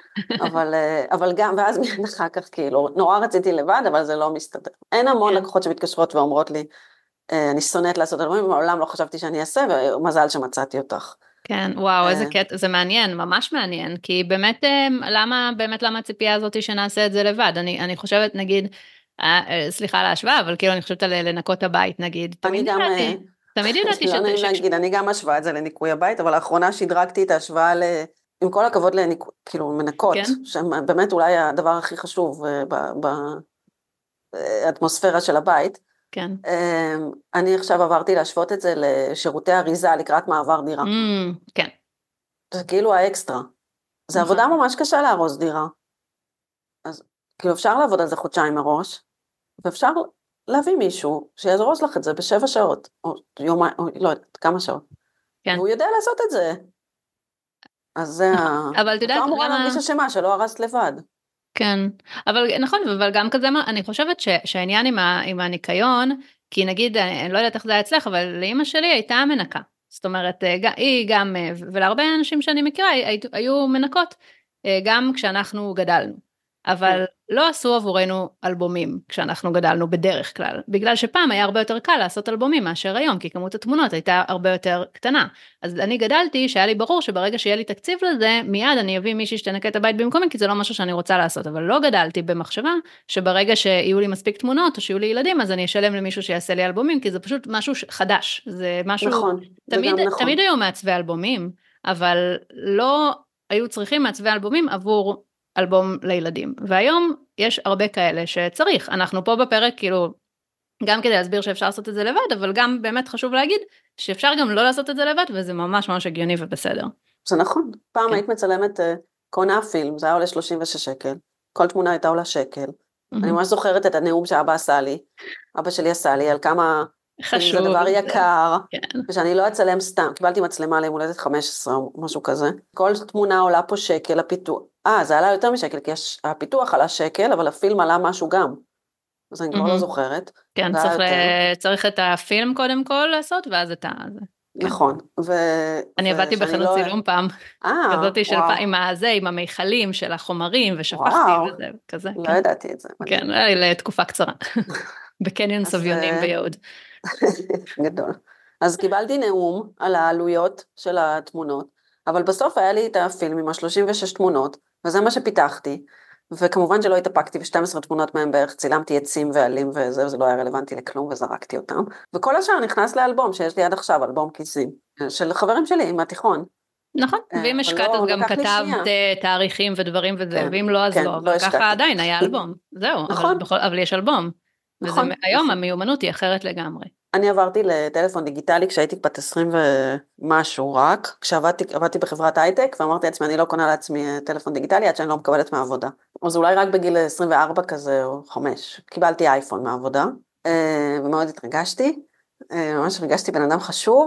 Speaker 2: אבל גם, ואז מיד אחר כך, כאילו, נורא רציתי לבד, אבל זה לא מסתדר. אין המון לקוחות שמתקשרות ואומרות לי, אני שונאת לעשות אלבומים, מעולם לא חשבתי שאני אעשה, ומזל שמצאתי אותך.
Speaker 1: כן, וואו, איזה קטע, זה מעניין, ממש מעניין, כי באמת, למה הציפייה הזאת שנעשה את זה לבד? אני חושבת, נגיד, סליחה על ההשוואה, אבל כאילו אני חושבת על לנקות הבית, נגיד, תמיד ידעתי
Speaker 2: לא נעים להגיד, אני גם משוואה את זה לניקוי הבית, אבל לאחרונה שדרגתי את ההשוואה עם כל הכבוד כאילו מנקות, שהם באמת אולי הדבר הכי חשוב באטמוספירה של הבית.
Speaker 1: כן.
Speaker 2: אני עכשיו עברתי להשוות את זה לשירותי אריזה לקראת מעבר דירה.
Speaker 1: כן.
Speaker 2: זה כאילו האקסטרה. זה עבודה ממש קשה לארוז דירה. אז כאילו אפשר לעבוד על זה חודשיים מראש, ואפשר להביא מישהו שיעזרוס לך את זה ב7 שעות, או יומיים, או לא יודעת, כמה שעות. כן. והוא יודע לעשות את זה. אז זה
Speaker 1: אבל אתה יודעת,
Speaker 2: אתה אמורה להרגיש אשמה שלא הרסת לבד.
Speaker 1: כן, אבל נכון, אבל גם כזה, אני חושבת שהעניין עם הניקיון, כי נגיד, אני לא יודעת איך זה היה אצלך, אבל לאמא שלי הייתה מנקה. זאת אומרת, היא גם, ולהרבה אנשים שאני מכירה, היו מנקות, גם כשאנחנו גדלנו. אבל לא עשו עבורנו אלבומים כשאנחנו גדלנו בדרך כלל, בגלל שפעם היה הרבה יותר קל לעשות אלבומים מאשר היום, כי כמות התמונות הייתה הרבה יותר קטנה. אז אני גדלתי שהיה לי ברור שברגע שיהיה לי תקציב לזה, מיד אני אביא מישהי שתנקה את הבית במקומי, כי זה לא משהו שאני רוצה לעשות, אבל לא גדלתי במחשבה שברגע שיהיו לי מספיק תמונות או שיהיו לי ילדים, אז אני אשלם למישהו שיעשה לי אלבומים, כי זה פשוט משהו חדש, זה משהו,
Speaker 2: נכון,
Speaker 1: תמיד היו מעצבי אלבומים, אבל לא היו צריכים מעצבי אלבומים עבור אלבום לילדים, והיום יש הרבה כאלה שצריך, אנחנו פה בפרק כאילו, גם כדי להסביר שאפשר לעשות את זה לבד, אבל גם באמת חשוב להגיד, שאפשר גם לא לעשות את זה לבד, וזה ממש ממש הגיוני ובסדר.
Speaker 2: זה נכון, פעם היית מצלמת קונה פילם, זה היה עולה 36 שקל, כל תמונה הייתה עולה שקל, אני ממש זוכרת את הנאום שאבא עשה לי, אבא שלי עשה לי, על כמה
Speaker 1: חשוב,
Speaker 2: זה דבר יקר, ושאני לא אצלם סתם, קיבלתי מצלמה ליום הולדת 15 או משהו כזה, כל תמונה עולה פה שקל, הפיתוח, זה עלה יותר משקל, כי הפיתוח עלה שקל, אבל הפילם עלה משהו גם, אז אני כבר לא זוכרת.
Speaker 1: כן, צריך את הפילם קודם כל לעשות, ואז את זה.
Speaker 2: נכון.
Speaker 1: אני עבדתי בחנות צילום פעם, כזאתי של פעם, עם המיכלים של החומרים, ושפכתי וזה, כזה.
Speaker 2: לא ידעתי את זה.
Speaker 1: כן, לתקופה קצרה, בקניון סביונים ביהוד.
Speaker 2: גדול. אז קיבלתי נאום על העלויות של התמונות, אבל בסוף היה לי את הפילם עם ה-36 תמונות, וזה מה שפיתחתי, וכמובן שלא התאפקתי, ו12 תמונות מהם בערך צילמתי עצים ועלים וזה, וזה לא היה רלוונטי לכלום, וזרקתי אותם. וכל השאר נכנס לאלבום שיש לי עד עכשיו, אלבום כיסים, של חברים שלי מהתיכון.
Speaker 1: נכון, ואם השקעת אז גם כתבת תאריכים ודברים וזה, ואם לא אז לא, וככה עדיין היה אלבום. זהו, אבל יש אלבום. והיום המיומנות היא אחרת לגמרי.
Speaker 2: אני עברתי לטלפון דיגיטלי כשהייתי בת 20 ומשהו רק, כשעבדתי בחברת הייטק, ואמרתי לעצמי, אני לא קונה לעצמי טלפון דיגיטלי, עד שאני לא מקבלת מהעבודה. אז אולי רק בגיל 24 כזה, או 5, קיבלתי אייפון מהעבודה, ומאוד התרגשתי, ממש הרגשתי בן אדם חשוב,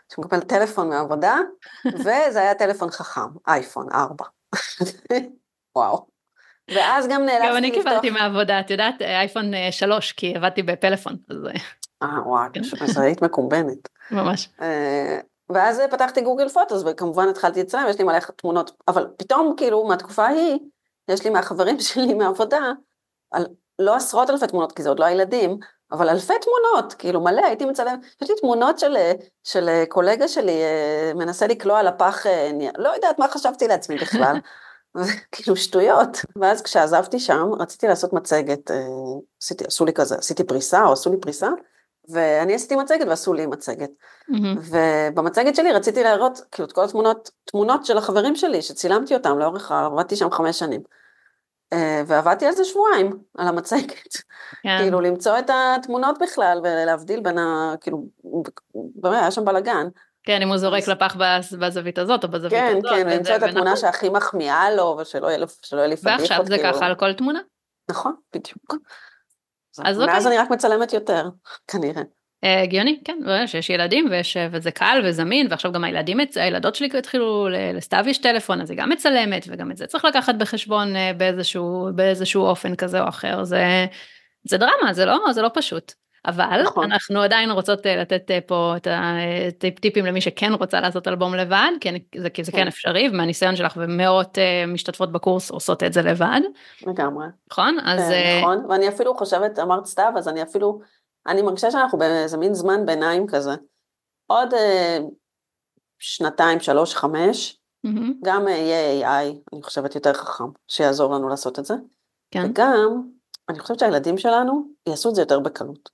Speaker 2: שמקבל טלפון מהעבודה, וזה היה טלפון חכם, אייפון 4. וואו. ואז גם נאלצתי לפתוח...
Speaker 1: גם אני קיבלתי מהעבודה, את יודעת, אייפון 3, כי עבדתי בפלאפון.
Speaker 2: וואו, אז היית מקומבנת.
Speaker 1: ממש.
Speaker 2: ואז פתחתי גוגל פוטוס, וכמובן התחלתי לצלם, יש לי מלא תמונות, אבל פתאום כאילו מהתקופה ההיא, יש לי מהחברים שלי מהעבודה, לא עשרות אלפי תמונות, כי זה עוד לא הילדים, אבל אלפי תמונות, כאילו מלא, הייתי מצלם, יש לי תמונות של קולגה שלי, מנסה לקלוע לפח, לא יודעת מה חשבתי לעצמי בכלל, כאילו שטויות, ואז כשעזבתי שם, רציתי לעשות מצגת, עשו לי כזה, עשיתי פריסה, או עשו לי פריסה, ואני עשיתי מצגת ועשו לי מצגת, ובמצגת שלי רציתי להראות, כאילו את כל התמונות של החברים שלי, שצילמתי אותם לאורך, עבדתי שם 5 שנים, ועבדתי על זה שבועיים, על המצגת, כאילו למצוא את התמונות בכלל, ולהבדיל בין כאילו, באמת, היה שם בלגן.
Speaker 1: כן, אם הוא זורק לפח בזווית הזאת, או בזווית הזאת.
Speaker 2: כן, למצוא את התמונה שהכי מחמיאה לו, ושלא יהיה לי פדיחות.
Speaker 1: ועכשיו זה ככה על כל תמונה?
Speaker 2: נכון, בדיוק. מאז אני רק מצלמת יותר, כנראה.
Speaker 1: הגיוני, כן, שיש ילדים, וזה קל וזמין, ועכשיו גם הילדות שלי התחילו, לסתיו יש טלפון, אז היא גם מצלמת, וגם את זה צריך לקחת בחשבון באיזשהו אופן כזה או אחר, זה דרמה, זה לא פשוט. אבל אנחנו עדיין רוצות לתת פה את הטיפים למי שכן רוצה לעשות אלבום לבד, כי זה כן אפשרי, ומהניסיון שלך ומאות משתתפות בקורס עושות את זה לבד.
Speaker 2: לגמרי.
Speaker 1: נכון?
Speaker 2: נכון, ואני אפילו חושבת, אמרת סתיו, אז אני מרגישה שאנחנו באיזה מין זמן ביניים כזה. עוד 2, 3, 5, גם יהיה AI, אני חושבת יותר חכם, שיעזור לנו לעשות את זה. וגם, אני חושבת שהילדים שלנו יעשו את זה יותר בקלות.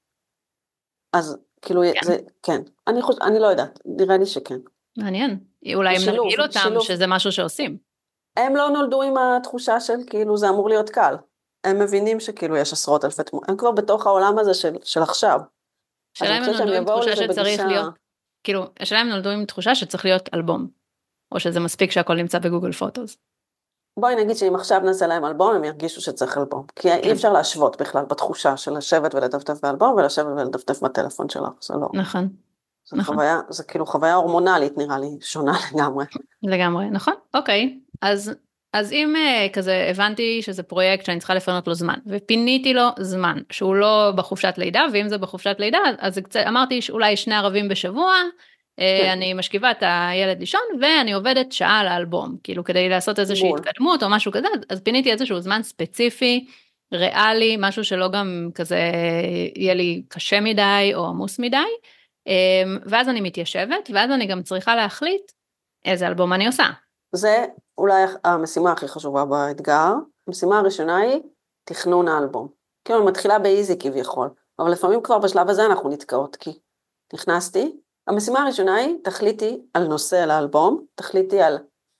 Speaker 2: אז כאילו, זה, כן, אני לא יודעת, נראה לי שכן.
Speaker 1: מעניין, אולי הם נרגיל אותם שזה משהו שעושים.
Speaker 2: הם לא נולדו עם התחושה של כאילו זה אמור להיות קל. הם מבינים שכאילו יש עשרות אלפי תמונות, הם כבר בתוך העולם הזה של עכשיו.
Speaker 1: השאלה אם הם נולדו עם תחושה שצריך להיות, כאילו, השאלה אם נולדו עם תחושה שצריך להיות אלבום, או שזה מספיק שהכל נמצא בגוגל פוטוס.
Speaker 2: בואי נגיד שאם עכשיו נעשה להם אלבום, הם ירגישו שצריך אלבום, כי אי אפשר להשוות בכלל בתחושה של לשבת ולדפדף באלבום, ולשבת ולדפדף בטלפון שלך, זה לא.
Speaker 1: נכון.
Speaker 2: זה כאילו חוויה הורמונלית נראה לי, שונה לגמרי.
Speaker 1: לגמרי, נכון, אוקיי, אז אם כזה הבנתי שזה פרויקט שאני צריכה לפנות לו זמן, ופיניתי לו זמן, שהוא לא בחופשת לידה, ואם זה בחופשת לידה, אז אמרתי שאולי 2 ערבים בשבוע, אני משכיבה את הילד לישון, ואני עובדת שעה על האלבום, כאילו כדי לעשות איזושהי התקדמות או משהו כזה, אז פיניתי איזשהו זמן ספציפי, ריאלי, משהו שלא גם כזה יהיה לי קשה מדי או עמוס מדי, ואז אני מתיישבת, ואז אני גם צריכה להחליט איזה אלבום אני עושה.
Speaker 2: זה אולי המשימה הכי חשובה באתגר. המשימה הראשונה היא תכנון האלבום. כאילו מתחילה באיזי כביכול, אבל לפעמים כבר בשלב הזה אנחנו נתקעות, כי נכנסתי. המשימה הראשונה היא, תחליטי על נושא לאלבום, תחליטי על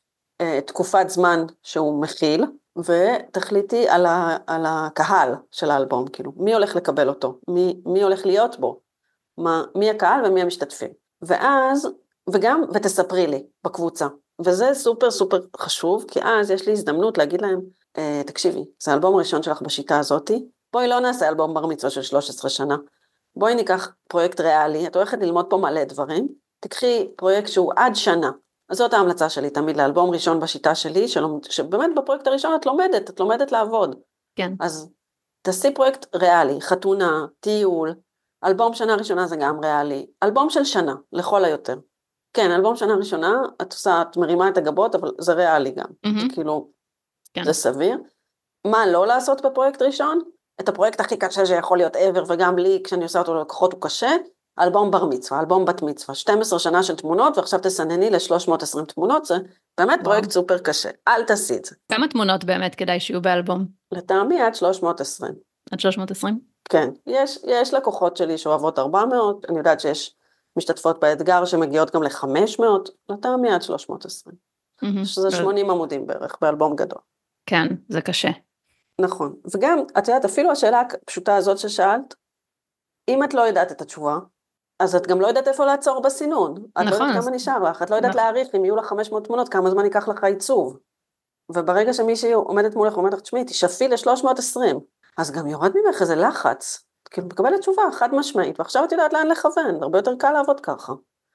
Speaker 2: תקופת זמן שהוא מכיל, ותחליטי על הקהל של האלבום, כאילו, מי הולך לקבל אותו, מי הולך להיות בו, מי הקהל ומי המשתתפים. ואז, ותספרי לי בקבוצה. וזה סופר סופר חשוב, כי אז יש לי הזדמנות להגיד להם, תקשיבי, זה האלבום הראשון שלך בשיטה הזאת, בואי לא נעשה אלבום בר מצווה של 13 שנה, בואי ניקח פרויקט ריאלי, את הולכת ללמוד פה מלא דברים, תקחי פרויקט שהוא עד שנה, אז זאת ההמלצה שלי תמיד לאלבום ראשון בשיטה שלי, שבאמת בפרויקט הראשון את לומדת לעבוד.
Speaker 1: כן.
Speaker 2: אז תעשי פרויקט ריאלי, חתונה, טיול, אלבום שנה ראשונה זה גם ריאלי, אלבום של שנה, לכל היותר. כן, אלבום שנה ראשונה, את מרימה את הגבות, אבל זה ריאלי גם, זה כאילו, זה סביר. מה לא לעשות בפרויקט ראשון? את הפרויקט הכי קשה שיכול להיות ever, וגם לי, כשאני עושה אותו ללקוחות הוא קשה, אלבום בר מצווה, אלבום בת מצווה, 12 שנה של תמונות, ועכשיו תסנני ל-320 תמונות, זה באמת פרויקט סופר קשה, אל תעשי את זה.
Speaker 1: כמה תמונות באמת כדאי שיהיו באלבום?
Speaker 2: לטעמי עד 320.
Speaker 1: עד 320?
Speaker 2: כן, יש לקוחות שלי שאוהבות 400, אני יודעת שיש משתתפות באתגר שמגיעות גם ל-500, לטעמי עד 320. שזה 80 עמודים בערך, באלבום גדול.
Speaker 1: כן, זה קשה.
Speaker 2: נכון, וגם, את יודעת, אפילו השאלה הפשוטה הזאת ששאלת, אם את לא יודעת את התשובה, אז את גם לא יודעת איפה לעצור בסינון. את לא יודעת כמה נשאר לך, את לא יודעת להעריך אם יהיו לך 500 תמונות, כמה זמן ייקח לך עיצוב. וברגע שמישהי עומדת מולך, אומרת לך, תשמעי, תשאפי ל-320, אז גם יורד ממך איזה לחץ, כאילו מקבלת תשובה חד משמעית, ועכשיו את יודעת לאן לכוון, הרבה יותר קל לעבוד ככה.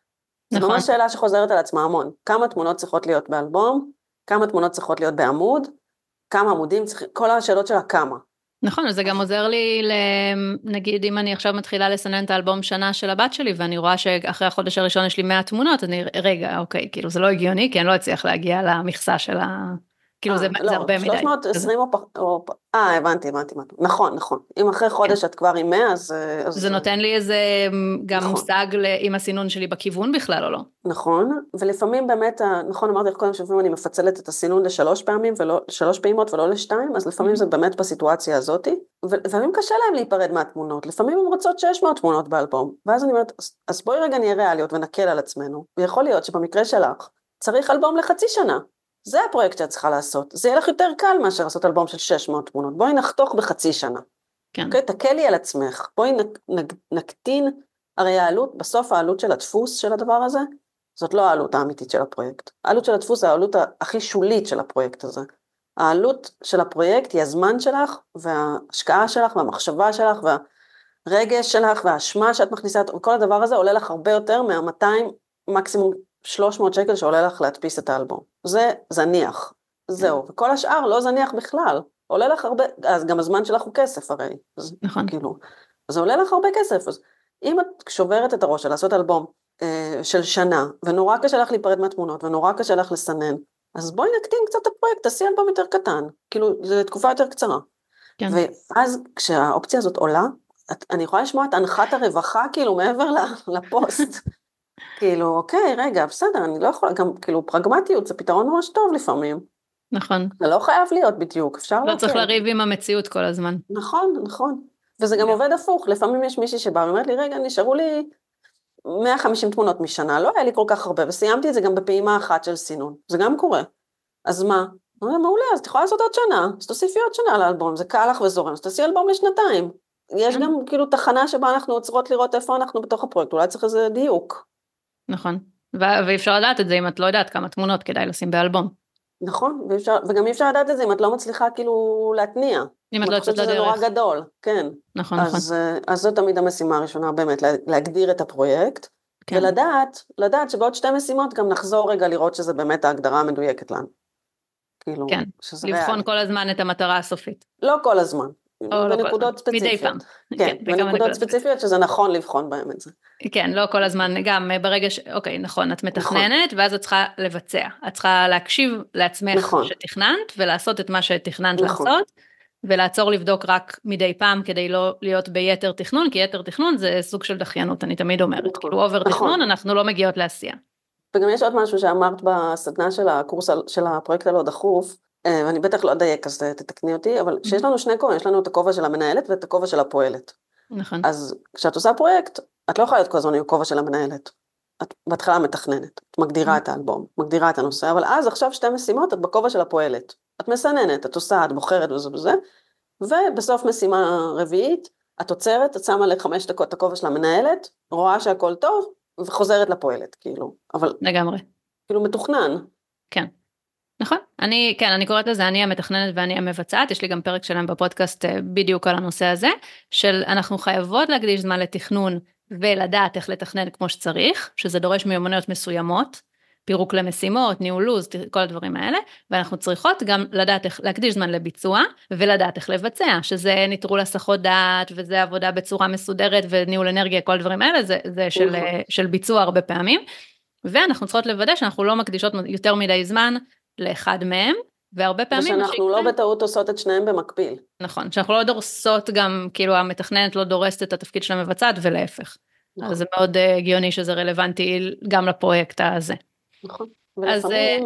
Speaker 2: זה
Speaker 1: נכון.
Speaker 2: ממש שאלה שחוזרת על עצמה המון. כמה תמונות צריכות להיות באלבום, כמה תמונות צריכות להיות בעמוד, כמה עמודים צריכים, כל השאלות שלה כמה.
Speaker 1: נכון, וזה גם עוזר לי, נגיד אם אני עכשיו מתחילה לסנן את האלבום שנה של הבת שלי, ואני רואה שאחרי החודש הראשון יש לי 100 תמונות, אני, רגע, אוקיי, כאילו זה לא הגיוני, כי אני לא אצליח להגיע למכסה של כאילו זה הרבה מדי.
Speaker 2: 320 הבנתי. נכון. אם אחרי חודש את כבר עם 100, אז...
Speaker 1: זה נותן לי איזה גם מושג עם הסינון שלי בכיוון בכלל או לא.
Speaker 2: נכון, ולפעמים באמת, נכון אמרתי לך קודם שלפעמים אני מפצלת את הסינון לשלוש פעימות ולא לשתיים, אז לפעמים זה באמת בסיטואציה הזאת, ולפעמים קשה להם להיפרד מהתמונות, לפעמים הם רוצות 600 תמונות באלבום, ואז אני אומרת, אז בואי רגע נהיה ריאליות ונקל על עצמנו, ויכול להיות שבמקרה שלך צריך אלבום לחצי שנה, זה הפרויקט שאת צריכה לעשות, זה יהיה לך יותר קל מאשר לעשות אלבום של 600 תמונות, בואי נחתוך בחצי שנה,
Speaker 1: כן.
Speaker 2: תקלי על עצמך, בואי נקטין, הרי בסוף העלות של הדפוס של הדבר הזה, זאת לא העלות האמיתית של הפרויקט. העלות של הדפוס זה העלות הכי שולית של הפרויקט הזה. העלות של הפרויקט היא הזמן שלך, וההשקעה שלך, והמחשבה שלך, והרגש שלך, והאשמה שאת מכניסה, וכל הדבר הזה עולה לך הרבה יותר מה-200, מקסימום 300 שקל שעולה לך להדפיס את האלבום. זה זניח. זהו. וכל השאר לא זניח בכלל. עולה לך הרבה, אז גם הזמן שלך הוא כסף הרי.
Speaker 1: נכון.
Speaker 2: כאילו, אז עולה לך הרבה כסף. אז אם את שוברת את הראש של לעשות אלבום, של שנה, ונורא קשה לך להיפרד מהתמונות, ונורא קשה לך לסנן, אז בואי נקטין קצת את הפרויקט, תעשי אלבום יותר קטן, כאילו, זה תקופה יותר קצרה.
Speaker 1: כן.
Speaker 2: ואז כשהאופציה הזאת עולה, אני יכולה לשמוע את הנחת הרווחה, כאילו, מעבר לפוסט, כאילו, אוקיי, רגע, בסדר, אני לא יכולה, גם, כאילו, פרגמטיות, זה פתרון ממש טוב לפעמים.
Speaker 1: נכון.
Speaker 2: זה לא חייב להיות בדיוק, אפשר
Speaker 1: לא צריך לריב עם המציאות כל הזמן.
Speaker 2: נכון. וזה גם עובד הפוך, לפעמים יש מישהי שבא ואומרת לי, רגע, נשארו לי 150 תמונות משנה, לא היה לי כל כך הרבה, וסיימתי את זה גם בפעימה אחת של סינון, זה גם קורה. אז מה? מעולה, אז את יכולה לעשות עוד שנה, אז תוסיפי עוד שנה לאלבום, זה קל לך וזורם, אז תעשי אלבום לשנתיים. יש גם כאילו תחנה שבה אנחנו עוצרות לראות איפה אנחנו בתוך הפרויקט, אולי צריך איזה דיוק.
Speaker 1: נכון, ואפשר לדעת את זה אם את לא יודעת כמה תמונות כדאי לשים באלבום.
Speaker 2: נכון, וגם אי אפשר לדעת את זה אם את לא מצליחה כאילו להתניע.
Speaker 1: אם את לא יוצאת לדרך.
Speaker 2: זה נורא גדול, כן.
Speaker 1: נכון.
Speaker 2: אז זאת תמיד המשימה הראשונה באמת, להגדיר את הפרויקט, כן. ולדעת שבעוד 2 משימות גם נחזור רגע לראות שזה באמת ההגדרה המדויקת לנו. כאילו,
Speaker 1: כן, לבחון כל הזמן את המטרה הסופית.
Speaker 2: לא כל הזמן, בנקודות ספציפיות.
Speaker 1: מדי פעם.
Speaker 2: כן, בנקודות ספציפיות שזה נכון לבחון בהם את זה.
Speaker 1: כן, לא כל הזמן, גם ברגע אוקיי, נכון, את מתכננת, ואז את צריכה לבצע. את צריכה להקשיב לעצמך שתכננת, ולעשות את מה שתכננת לעשות, ולעצור לבדוק רק מדי פעם, כדי לא להיות ביתר תכנון, כי יתר תכנון זה סוג של דחיינות, אני תמיד אומרת. כאילו אובר תכנון, אנחנו לא מגיעות לעשייה.
Speaker 2: וגם יש עוד משהו שאמרת בסדנה של הקורס של הפרויקט הלא דחוף, ואני בטח לא אדייק, אז תתקני אותי, אבל שיש לנו 2 כובעים, יש לנו את הכובע של המנהלת ואת הכובע של הפועלת.
Speaker 1: נכון.
Speaker 2: אז כשאת עושה פרויקט, את לא יכולה להיות כל הזמן עם הכובע של המנהלת. את בהתחלה מתכננת, את מגדירה את האלבום, מגדירה את הנושא, אבל אז עכשיו 2 משימות, את בכובע של הפועלת. את מסננת, את עושה, את בוחרת וזה, ובסוף משימה רביעית, את עוצרת, את שמה ל5 דקות את הכובע של המנהלת, רואה שהכל טוב, וחוזרת לפועלת, כאילו. אבל...
Speaker 1: לגמרי.
Speaker 2: כאילו מתוכנן.
Speaker 1: כן. נכון, אני קוראת לזה, אני המתכננת ואני המבצעת, יש לי גם פרק שלהם בפודקאסט בדיוק על הנושא הזה, של אנחנו חייבות להקדיש זמן לתכנון ולדעת איך לתכנן כמו שצריך, שזה דורש מיומנויות מסוימות, פירוק למשימות, ניהול לוז, כל הדברים האלה, ואנחנו צריכות גם לדעת איך להקדיש זמן לביצוע, ולדעת איך לבצע, שזה ניטרול הסחות דעת, וזה עבודה בצורה מסודרת, וניהול אנרגיה, כל הדברים האלה, זה של ביצוע הרבה פעמים, ואנחנו צריכות לוודא שאנחנו לא מקדישות יותר מדי זמן לאחד מהם, והרבה פעמים...
Speaker 2: ושאנחנו לא בטעות עושות את שניהם במקביל.
Speaker 1: נכון, שאנחנו לא דורסות גם, כאילו המתכננת לא דורסת את התפקיד של המבצעת, ולהפך. נכון. אז זה מאוד הגיוני שזה רלוונטי גם לפרויקט הזה.
Speaker 2: נכון, ולפעמים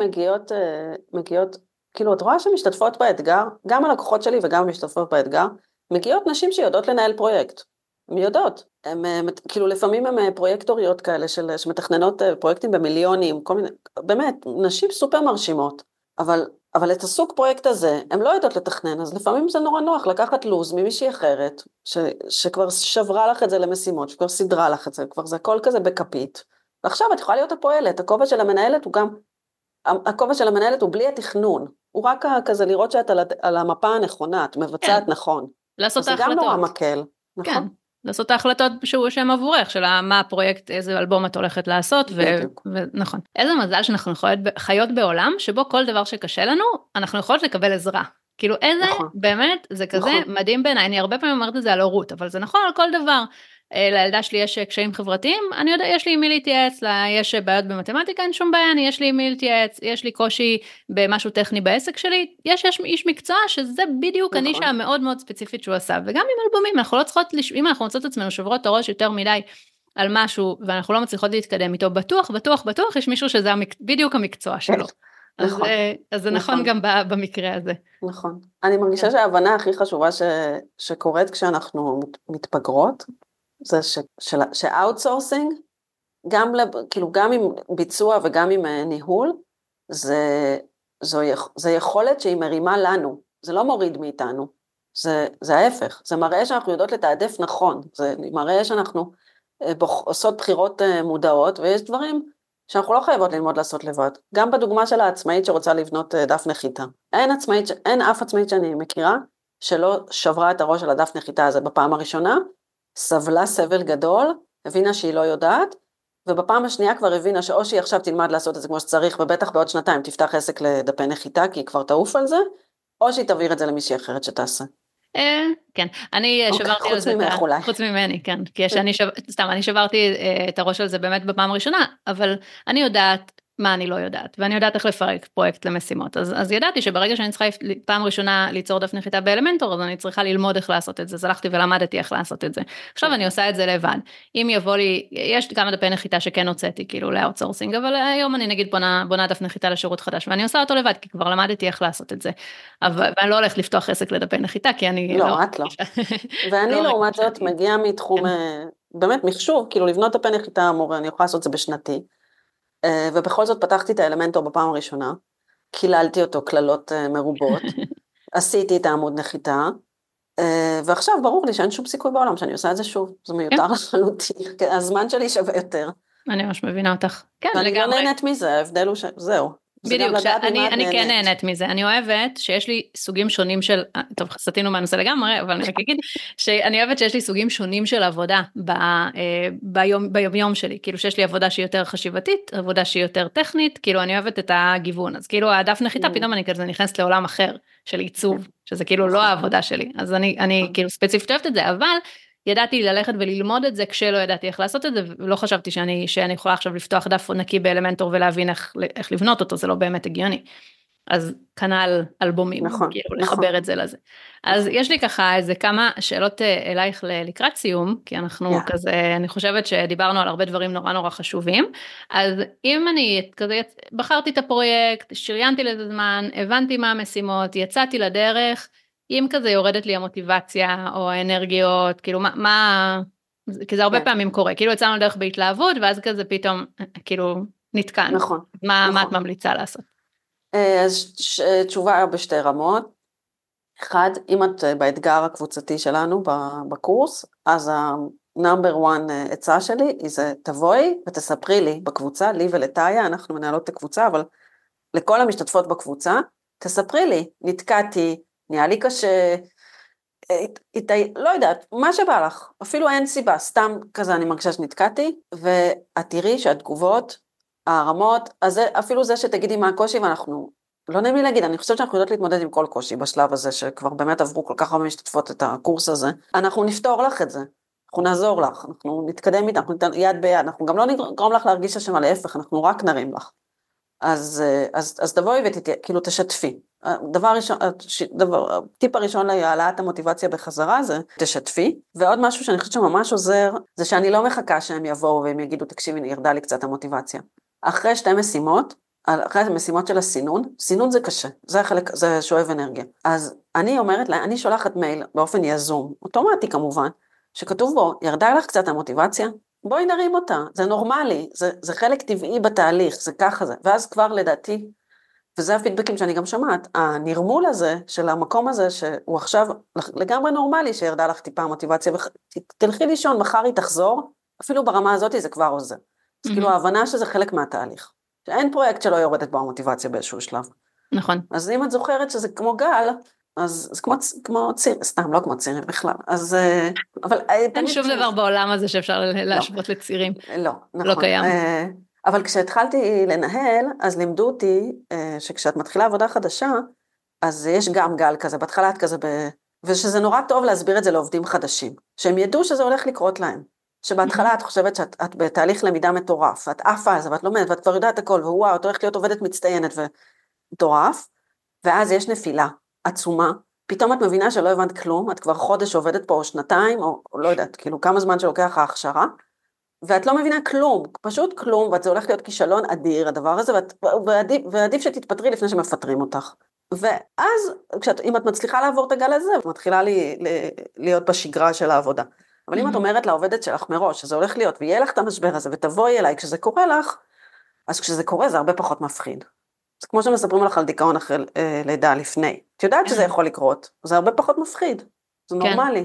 Speaker 2: מגיעות, כאילו את רואה שמשתתפות באתגר, גם הלקוחות שלי וגם משתתפות באתגר, מגיעות נשים שיודעות לנהל פרויקט. הן יודעות, כאילו לפעמים הן פרויקטוריות כאלה שמתכננות פרויקטים במיליונים, כל מיני, באמת, נשים סופר מרשימות, אבל את הסוג פרויקט הזה, הן לא יודעות לתכנן, אז לפעמים זה נורא נוח לקחת לוז ממישהי אחרת, שכבר שברה לך את זה למשימות, שכבר סדרה לך את זה, כבר זה הכל כזה בכפית, ועכשיו את יכולה להיות הפועלת, הכובע של המנהלת הוא גם, הכובע של המנהלת הוא בלי התכנון, הוא רק כזה לראות שאת על המפה הנכונה, את מבצעת נכון.
Speaker 1: לעשות את ההחלטות.
Speaker 2: זה גם נורא מקל. נכון?
Speaker 1: לעשות את ההחלטות שהן עבורך, של מה הפרויקט, איזה אלבום את הולכת לעשות, ונכון. איזה מזל שאנחנו חיות בעולם, שבו כל דבר שקשה לנו, אנחנו יכולות לקבל עזרה. כאילו איזה, באמת, זה כזה מדהים בעיניי, אני הרבה פעמים אומרת את זה על הורות, אבל זה נכון על כל דבר. לילדה שלי יש קשיים חברתיים, אני יודע, יש לי מי להתייעץ, יש בעיות במתמטיקה, אין שום בעיה, יש לי מי להתייעץ, יש לי קושי במשהו טכני בעסק שלי, יש איש מקצוע שזה בדיוק הנישה המאוד מאוד ספציפית שהוא עשה, וגם עם אלבומים, אנחנו לא צריכות, אם אנחנו מוצאות עצמנו שוברות הראש יותר מדי על משהו, ואנחנו לא מצליחות להתקדם איתו, בטוח, יש מישהו שזה בדיוק המקצוע שלו. אז זה נכון גם במקרה הזה.
Speaker 2: נכון. אני מרגישה שההבנה הכי חשובה שקורית כשאנחנו מתפגרות, זה שאוטסורסינג, גם עם ביצוע וגם עם ניהול, זה יכולת שהיא מרימה לנו, זה לא מוריד מאיתנו, זה ההפך, זה מראה שאנחנו יודעות לתעדף נכון, זה מראה שאנחנו עושות בחירות מודעות, ויש דברים שאנחנו לא חייבות ללמוד לעשות לבד, גם בדוגמה של העצמאית שרוצה לבנות דף נחיתה, אין אף עצמאית שאני מכירה, שלא שברה את הראש על הדף נחיתה הזה בפעם הראשונה, סבלה סבל גדול, הבינה שהיא לא יודעת, ובפעם השנייה כבר הבינה שאו שהיא עכשיו תלמד לעשות את זה כמו שצריך, ובטח בעוד שנתיים תפתח עסק לדפי נחיתה, כי היא כבר תעוף על זה, או שהיא תעביר את זה למישהי אחרת שתעשה.
Speaker 1: כן, אני שברתי על זה, חוץ ממני, כן, כי אני שברתי את הראש על זה באמת בפעם הראשונה, אבל אני יודעת מה אני לא יודעת, ואני יודעת איך לפרק פרויקט למשימות, אז ידעתי שברגע שאני צריכה פעם ראשונה ליצור דף נחיתה באלמנטור, אז אני צריכה ללמוד איך לעשות את זה, אז הלכתי ולמדתי איך לעשות את זה, עכשיו אני עושה את זה לבד, אם יבוא לי, יש כמה דפי נחיתה שכן הוצאתי, כאילו לאוטסורסינג, אבל היום אני נגיד בונה דף נחיתה לשירות חדש, ואני עושה אותו לבד, כי כבר למדתי איך לעשות את זה, ואני לא הולכת לפתוח עסק לדפי נחיתה, כי אני
Speaker 2: לא, את לא. ואני לעומת זאת מגיעה מתחום, באמת מחשוב, כאילו לבנות דפי נחיתה אמור, אני יכולה לעשות את זה בשנתי, ובכל זאת פתחתי את האלמנטור בפעם הראשונה, קיללתי אותו כללות מרובות, עשיתי את העמוד נחיתה, ועכשיו ברור לי שאין שום סיכוי בעולם שאני עושה את זה שוב, זה מיותר לחלוטין, הזמן שלי שווה יותר.
Speaker 1: אני ממש מבינה אותך.
Speaker 2: ואני לא נהנית מזה, ההבדל הוא שזהו.
Speaker 1: בדיוק, אני כן נהנית מזה, אני אוהבת שיש לי סוגים שונים של, טוב סטינו מהנושא לגמרי, אבל אני רק אגיד, שאני אוהבת שיש לי סוגים שונים של עבודה ביום שלי, כאילו שיש לי עבודה שהיא יותר חשיבתית, עבודה שהיא יותר טכנית, כאילו אני אוהבת את הגיוון, אז כאילו הדף נחיתה פתאום אני כזה נכנסת לעולם אחר של עיצוב, שזה כאילו לא העבודה שלי, אז אני כאילו ספציפית אוהבת את זה, אבל ידעתי ללכת וללמוד את זה כשלא ידעתי איך לעשות את זה, ולא חשבתי שאני יכולה עכשיו לפתוח דף נקי באלמנטור ולהבין איך לבנות אותו, זה לא באמת הגיוני. אז כנ"ל אלבומים, כאילו לחבר את זה לזה. אז יש לי ככה איזה כמה שאלות אלייך לקראת סיום, כי אנחנו כזה, אני חושבת שדיברנו על הרבה דברים נורא נורא חשובים, אז אם אני כזה בחרתי את הפרויקט, שריינתי לזה זמן, הבנתי מה המשימות, יצאתי לדרך, אם כזה יורדת לי המוטיבציה או האנרגיות, כאילו כי זה הרבה פעמים קורה, כאילו יצאנו לדרך בהתלהבות, ואז כזה פתאום, כאילו, נתקן.
Speaker 2: נכון.
Speaker 1: מה את ממליצה לעשות?
Speaker 2: אז תשובה בשתי רמות. אחד, אם את באתגר הקבוצתי שלנו בקורס, אז ה-number one עצה שלי, זה תבואי ותספרי לי בקבוצה, לי ולטאיה, אנחנו מנהלות את הקבוצה, אבל לכל המשתתפות בקבוצה, תספרי לי, נתקעתי, נהיה לי קשה, לא יודעת, מה שבא לך, אפילו אין סיבה, סתם כזה אני מרגישה שנתקעתי, ואת תראי שהתגובות, הרמות, אז אפילו זה שתגידי מה הקושי, ואנחנו, לא נעים לי להגיד, אני חושבת שאנחנו יודעות להתמודד עם כל קושי בשלב הזה, שכבר באמת עברו כל כך הרבה משתתפות את הקורס הזה, אנחנו נפתור לך את זה, אנחנו נעזור לך, אנחנו נתקדם איתה, אנחנו ניתן יד ביד, אנחנו גם לא נגרום לך להרגיש השם על ההפך, אנחנו רק נרים לך. אז תבואי וכאילו תשתפי. דבר ראשון, טיפ הראשון להעלאת המוטיבציה בחזרה זה תשתפי, ועוד משהו שאני חושבת שממש עוזר, זה שאני לא מחכה שהם יבואו והם יגידו, תקשיבי, ירדה לי קצת המוטיבציה. אחרי שתי משימות, אחרי המשימות של הסינון, סינון זה קשה, זה שואב אנרגיה. אז אני אומרת לה, אני שולחת מייל באופן יזום, אוטומטי כמובן, שכתוב בו, ירדה לך קצת המוטיבציה, בואי נרים אותה, זה נורמלי, זה חלק טבעי בתהליך, זה ככה זה, ואז כבר לדעתי, וזה הפידבקים שאני גם שומעת, הנרמול הזה של המקום הזה, שהוא עכשיו לגמרי נורמלי, שירדה לך טיפה המוטיבציה, תלכי לישון, מחר היא תחזור, אפילו ברמה הזאת זה כבר עוזר. אז כאילו ההבנה שזה חלק מהתהליך, שאין פרויקט שלא יורדת בו המוטיבציה באיזשהו שלב.
Speaker 1: נכון.
Speaker 2: אז אם את זוכרת שזה כמו גל, אז כמו ציר, סתם, לא כמו צירים בכלל, אז, אבל
Speaker 1: אין שום דבר בעולם הזה שאפשר להשוות לצירים.
Speaker 2: לא, נכון.
Speaker 1: לא קיים.
Speaker 2: אבל כשהתחלתי לנהל, אז לימדו אותי שכשאת מתחילה עבודה חדשה, אז יש גם גל כזה, בהתחלה את כזה, ושזה נורא טוב להסביר את זה לעובדים חדשים, שהם ידעו שזה הולך לקרות להם, שבהתחלה את חושבת שאת בתהליך למידה מטורף, את עפה על זה ואת לומדת, ואת כבר יודעת הכל, ווואו, את הולכת להיות עובדת מצטיינת ומטורף, ואז יש נפילה עצומה, פתאום את מבינה שלא הבנת כלום, את כבר חודש עובדת פה או שנתיים, או לא יודעת, כאילו כמה זמן שלוקח ההכשרה, ואת לא מבינה כלום, פשוט כלום, ואת זה הולך להיות כישלון אדיר, הדבר הזה, ועדיף שתתפטרי לפני שמפטרים אותך. ואז, אם את מצליחה לעבור את הגל הזה, מתחילה להיות בשגרה של העבודה. אבל אם את אומרת לעובדת שלך מראש, שזה הולך להיות, ויהיה לך את המשבר הזה, ותבואי אליי כשזה קורה לך, אז כשזה קורה זה הרבה פחות מפחיד. זה כמו שמספרים לך על דיכאון אחרי לידה לפני. את יודעת שזה יכול לקרות, זה הרבה פחות מפחיד, זה נורמלי.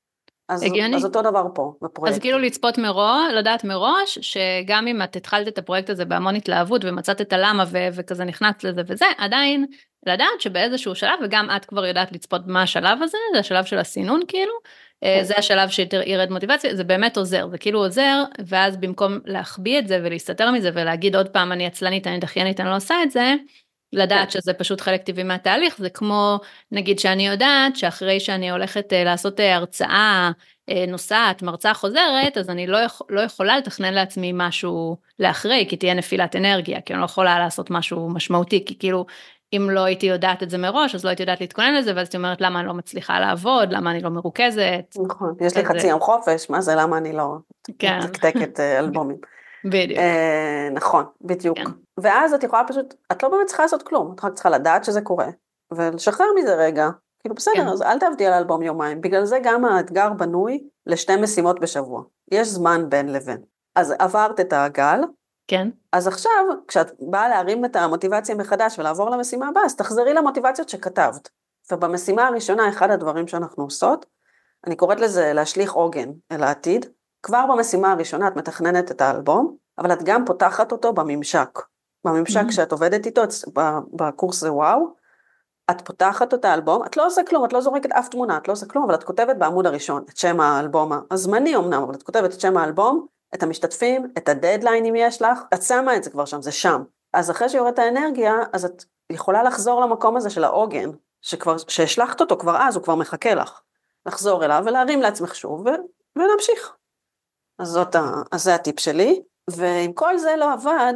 Speaker 2: אז אותו דבר פה, בפרויקט.
Speaker 1: אז כאילו לצפות מראש, לדעת מראש, שגם אם את התחלת את הפרויקט הזה בהמון התלהבות, ומצאת את הלמה וכזה נכנס לזה וזה, עדיין לדעת שבאיזשהו שלב, וגם את כבר יודעת לצפות מה השלב הזה, זה השלב של הסינון כאילו, זה השלב שירד מוטיבציה, זה באמת עוזר, זה כאילו עוזר, ואז במקום להחביא את זה ולהסתתר מזה, ולהגיד עוד פעם אני עצלנית, אני דחיינית, אני לא עושה את זה, לדעת שזה פשוט חלק טבעי מהתהליך, זה כמו נגיד שאני יודעת שאחרי שאני הולכת לעשות הרצאה נוסעת, מרצאה חוזרת, אז אני לא יכולה לתכנן לעצמי משהו לאחרי, כי תהיה נפילת אנרגיה, כי אני לא יכולה לעשות משהו משמעותי, כי כאילו אם לא הייתי יודעת את זה מראש, אז לא הייתי יודעת להתכונן לזה, ואז הייתי אומרת למה אני לא מצליחה לעבוד, למה אני לא מרוכזת.
Speaker 2: נכון, יש לי חצי יום חופש, מה זה, למה אני לא מתקתקת אלבומים.
Speaker 1: בדיוק.
Speaker 2: נכון, בדיוק. ואז את יכולה פשוט, את לא באמת צריכה לעשות כלום, את רק צריכה לדעת שזה קורה, ולשחרר מזה רגע, כאילו בסדר, אז אל תעבדי על אלבום יומיים, בגלל זה גם האתגר בנוי לשתי משימות בשבוע, יש זמן בין לבין. אז עברת את הגל,
Speaker 1: כן.
Speaker 2: אז עכשיו, כשאת באה להרים את המוטיבציה מחדש ולעבור למשימה הבאה, אז תחזרי למוטיבציות שכתבת. ובמשימה הראשונה, אחד הדברים שאנחנו עושות, אני קוראת לזה להשליך עוגן אל העתיד, כבר במשימה הראשונה את מתכננת את האלבום, אבל את גם פותחת אותו בממשק. בממשק שאת עובדת איתו, בקורס זה וואו, את פותחת את האלבום, את לא עושה כלום, את לא זורקת אף תמונה, את לא עושה כלום, אבל את כותבת בעמוד הראשון את שם האלבום הזמני אמנם, אבל את כותבת את שם האלבום, את המשתתפים, את הדדליין אם יש לך, את שמה את זה כבר שם, זה שם. אז אחרי שיורד האנרגיה, אז את יכולה לחזור למקום הזה של העוגן, שהשלחת אותו כבר אז, הוא כבר מחכה לך. לחזור אליו ולהרים לעצמך שוב ונמשיך. אז זה הטיפ שלי, ואם כל זה לא עבד,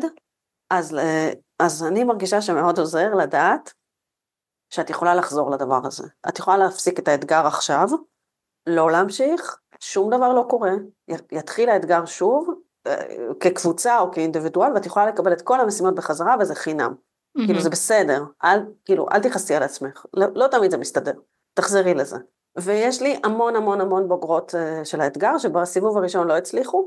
Speaker 2: אז אני מרגישה שמאוד עוזר לדעת שאת יכולה לחזור לדבר הזה. את יכולה להפסיק את האתגר עכשיו, לא להמשיך, שום דבר לא קורה, יתחיל האתגר שוב, כקבוצה או כאינדיבידואל, ואת יכולה לקבל את כל המשימות בחזרה, וזה חינם. כאילו זה בסדר, אל תכעסי על עצמך, לא תמיד זה מסתדר, תחזרי לזה. ויש לי המון המון המון בוגרות של האתגר, שבסיבוב הראשון לא הצליחו,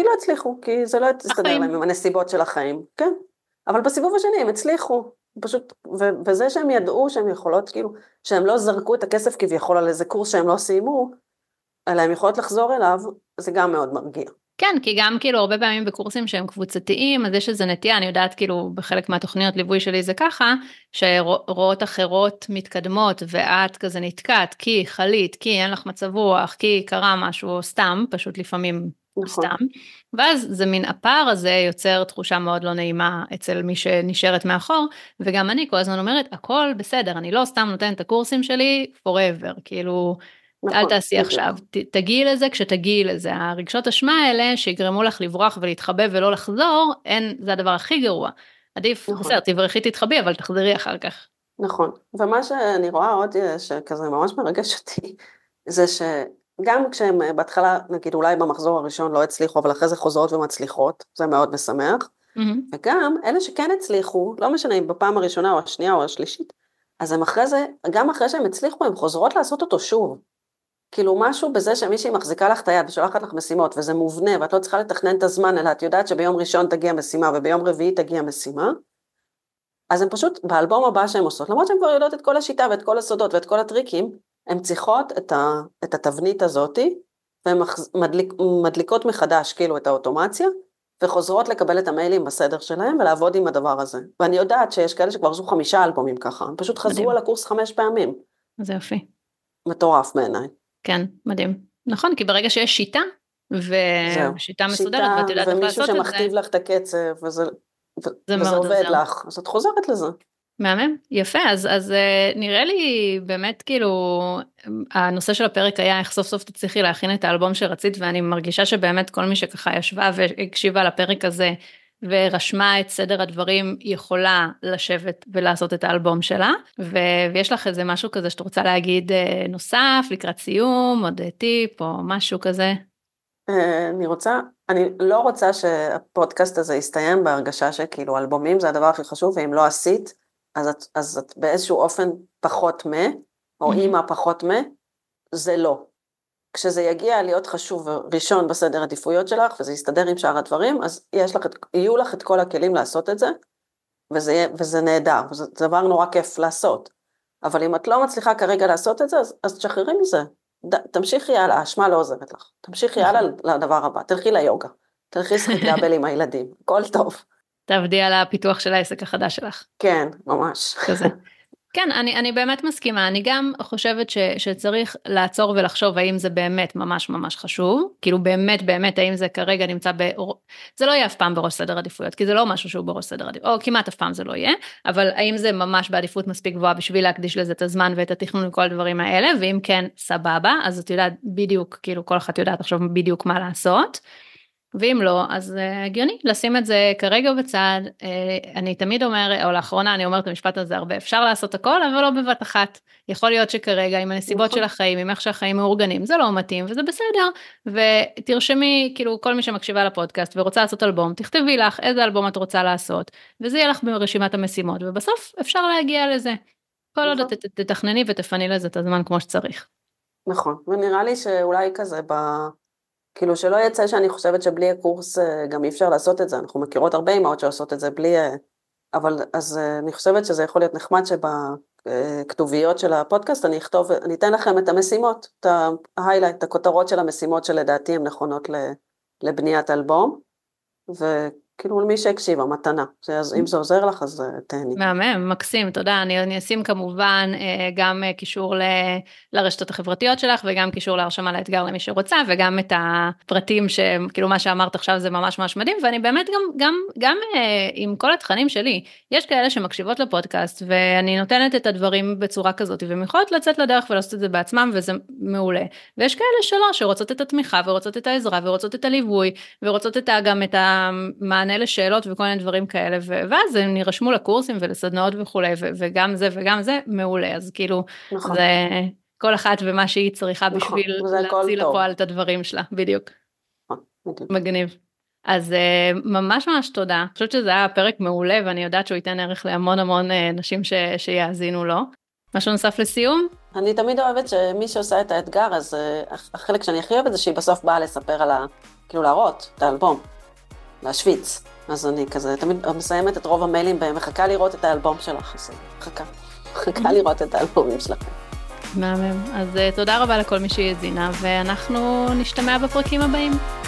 Speaker 2: כי זה לא יסתדר להם עם הנסיבות של החיים, כן? אבל בסיבוב השני הם הצליחו, פשוט, וזה שהם ידעו שהם יכולות, כאילו, שהם לא זרקו את הכסף כביכול על איזה קורס שהם לא סיימו, אלא הם יכולות לחזור אליו, זה גם מאוד מרגיע.
Speaker 1: כן, כי גם כאילו הרבה פעמים בקורסים שהם קבוצתיים, אז יש איזו נטייה, אני יודעת כאילו בחלק מהתוכניות ליווי שלי זה ככה, שרואות אחרות מתקדמות ואת כזה נתקעת, כי חלית, כי אין לך מצב רוח, כי קרה משהו סתם, פשוט לפעמים סתם, ואז זה מין הפער הזה יוצר תחושה מאוד לא נעימה אצל מי שנשארת מאחור, וגם אני כל הזמן אומרת, הכל בסדר, אני לא סתם נותנת את הקורסים שלי forever, כאילו, אל תעשי עכשיו, תגיעי לזה כשתגיעי לזה, הרגשות אשמה האלה שיגרמו לך לברוח ולהתחבא ולא לחזור, זה הדבר הכי גרוע, עדיף, בסדר, תברכי תתחבי, אבל תחזרי אחר כך.
Speaker 2: נכון, ומה שאני רואה עוד שכזה ממש מרגש אותי, זה שגם כשהם בהתחלה, נגיד אולי במחזור הראשון לא הצליחו, אבל אחרי זה חוזרות ומצליחות, זה מאוד משמח, וגם אלה שכן הצליחו, לא משנה אם בפעם הראשונה או השנייה או השלישית, אז הם אחרי זה, גם אחרי שהם הצליחו, הם חוזרות לעשות אותו שוב. כאילו משהו בזה שמישהי מחזיקה לך את היד ושולחת לך משימות, וזה מובנה, ואת לא צריכה לתכנן את הזמן, אלא את יודעת שביום ראשון תגיע משימה, וביום רביעי תגיע משימה, אז הם פשוט, באלבום הבא שהם עושות, למרות שהן כבר יודעות את כל השיטה, ואת כל הסודות, ואת כל הטריקים, הן צריכות את התבנית הזאת, והן מדליקות מחדש, כאילו, את האוטומציה, וחוזרות לקבל את המיילים בסדר שלהם, ולעבוד עם הדבר הזה. ואני יודעת שיש כאלה שכבר עשו 5 אלבומים ככה, הם פשוט חזרו על הקורס 5 פעמים.
Speaker 1: זה יופי.
Speaker 2: מטורף בעיניי.
Speaker 1: כן, מדהים. נכון, כי ברגע שיש שיטה, ושיטה מסודרת, ואת יודעת איך לעשות את זה.
Speaker 2: ומישהו שמכתיב לך את הקצב, וזה עובד לך, אז את חוזרת לזה.
Speaker 1: מהמם, יפה, אז נראה לי באמת כאילו, הנושא של הפרק היה איך סוף סוף תצליחי להכין את האלבום שרצית, ואני מרגישה שבאמת כל מי שככה ישבה והקשיבה לפרק הזה, ורשמה את סדר הדברים, יכולה לשבת ולעשות את האלבום שלה, ויש לך איזה משהו כזה שאת רוצה להגיד נוסף, לקראת סיום, עוד טיפ או משהו כזה?
Speaker 2: אני לא רוצה שהפודקאסט הזה יסתיים בהרגשה שכאילו אלבומים זה הדבר הכי חשוב, ואם לא עשית, אז את באיזשהו אופן פחות או אימא פחות זה לא. כשזה יגיע להיות חשוב ראשון בסדר עדיפויות שלך, וזה יסתדר עם שאר הדברים, אז יהיו לך את כל הכלים לעשות את זה, וזה נהדר, וזה דבר נורא כיף לעשות. אבל אם את לא מצליחה כרגע לעשות את זה, אז תשחררי מזה. תמשיכי הלאה, האשמה לא עוזרת לך. תמשיכי הלאה לדבר הבא, תלכי ליוגה, תלכי לשחק דאבל עם הילדים, הכל טוב.
Speaker 1: תעבדי על הפיתוח של העסק החדש שלך.
Speaker 2: כן, ממש.
Speaker 1: כזה. כן, אני באמת מסכימה, אני גם חושבת שצריך לעצור ולחשוב האם זה באמת ממש ממש חשוב, כאילו באמת האם זה כרגע נמצא זה לא יהיה אף פעם בראש סדר עדיפויות, כי זה לא משהו שהוא בראש סדר עדיפויות, או כמעט אף פעם זה לא יהיה, אבל האם זה ממש בעדיפות מספיק גבוהה בשביל להקדיש לזה את הזמן ואת התכנון וכל הדברים האלה, ואם כן, סבבה, אז את יודעת בדיוק, כאילו כל אחת יודעת עכשיו בדיוק מה לעשות, ואם לא, אז הגיוני לשים את זה כרגע בצד. אני תמיד אומר, או לאחרונה אני אומרת את המשפט הזה הרבה, אפשר לעשות הכל, אבל לא בבת אחת. יכול להיות שכרגע עם הנסיבות של החיים, עם איך שהחיים מאורגנים, זה לא מתאים, וזה בסדר. ותרשמי, כאילו כל מי שמקשיבה לפודקאסט ורוצה לעשות אלבום, תכתבי לך איזה אלבום את רוצה לעשות, וזה יהיה לך ברשימת המשימות, ובסוף אפשר להגיע לזה. כל עוד תתכנני ותפני לזה את הזמן כמו שצריך.
Speaker 2: נכון, ונראה לי שאולי כזה כאילו שלא יצא שאני חושבת שבלי הקורס גם אי אפשר לעשות את זה, אנחנו מכירות הרבה אמהות שעושות את זה בלי, אבל אז אני חושבת שזה יכול להיות נחמד שבכתוביות של הפודקאסט אני אתן לכם את המשימות, את ההיילייט, את הכותרות של המשימות שלדעתי הן נכונות לבניית אלבום, וכאילו למי שהקשיב, המתנה, אז אם זה עוזר לך אז תהני.
Speaker 1: מהמם, מקסים, תודה, אני אשים כמובן גם קישור לרשתות החברתיות שלך, וגם קישור להרשמה לאתגר למי שרוצה, וגם את הפרטים שכאילו מה שאמרת עכשיו זה ממש ממש מדהים, ואני באמת גם עם כל התכנים שלי, יש כאלה שמקשיבות לפודקאסט, ואני נותנת את הדברים בצורה כזאת, והן יכולות לצאת לדרך ולעשות את זה בעצמם, וזה מעולה, ויש כאלה שלא, שרוצות את התמיכה, ורוצות את העזרה, ורוצות את הליווי, ורוצות גם את המענה לשאלות וכל מיני דברים כאלה, ואז הם נרשמו לקורסים ולסדנאות וכו', וגם זה מעולה, אז כאילו, זה כל אחת ומה שהיא צריכה בשביל להציל לפועל את הדברים שלה, בדיוק. מגניב. אז ממש ממש תודה, אני חושבת שזה היה פרק מעולה, ואני יודעת שהוא ייתן ערך להמון המון נשים שיאזינו לו. משהו נוסף לסיום?
Speaker 2: אני תמיד אוהבת שמי שעושה את האתגר, אז החלק שאני הכי אוהבת זה שהיא בסוף באה לספר על כאילו להראות את האלבום. להשוויץ, אז אני כזה תמיד מסיימת את רוב המיילים ומחכה לראות את האלבום שלך, אז מחכה לראות את האלבומים שלכם.
Speaker 1: מהמם, אז תודה רבה לכל מי שהאזינה, ואנחנו נשתמע בפרקים הבאים.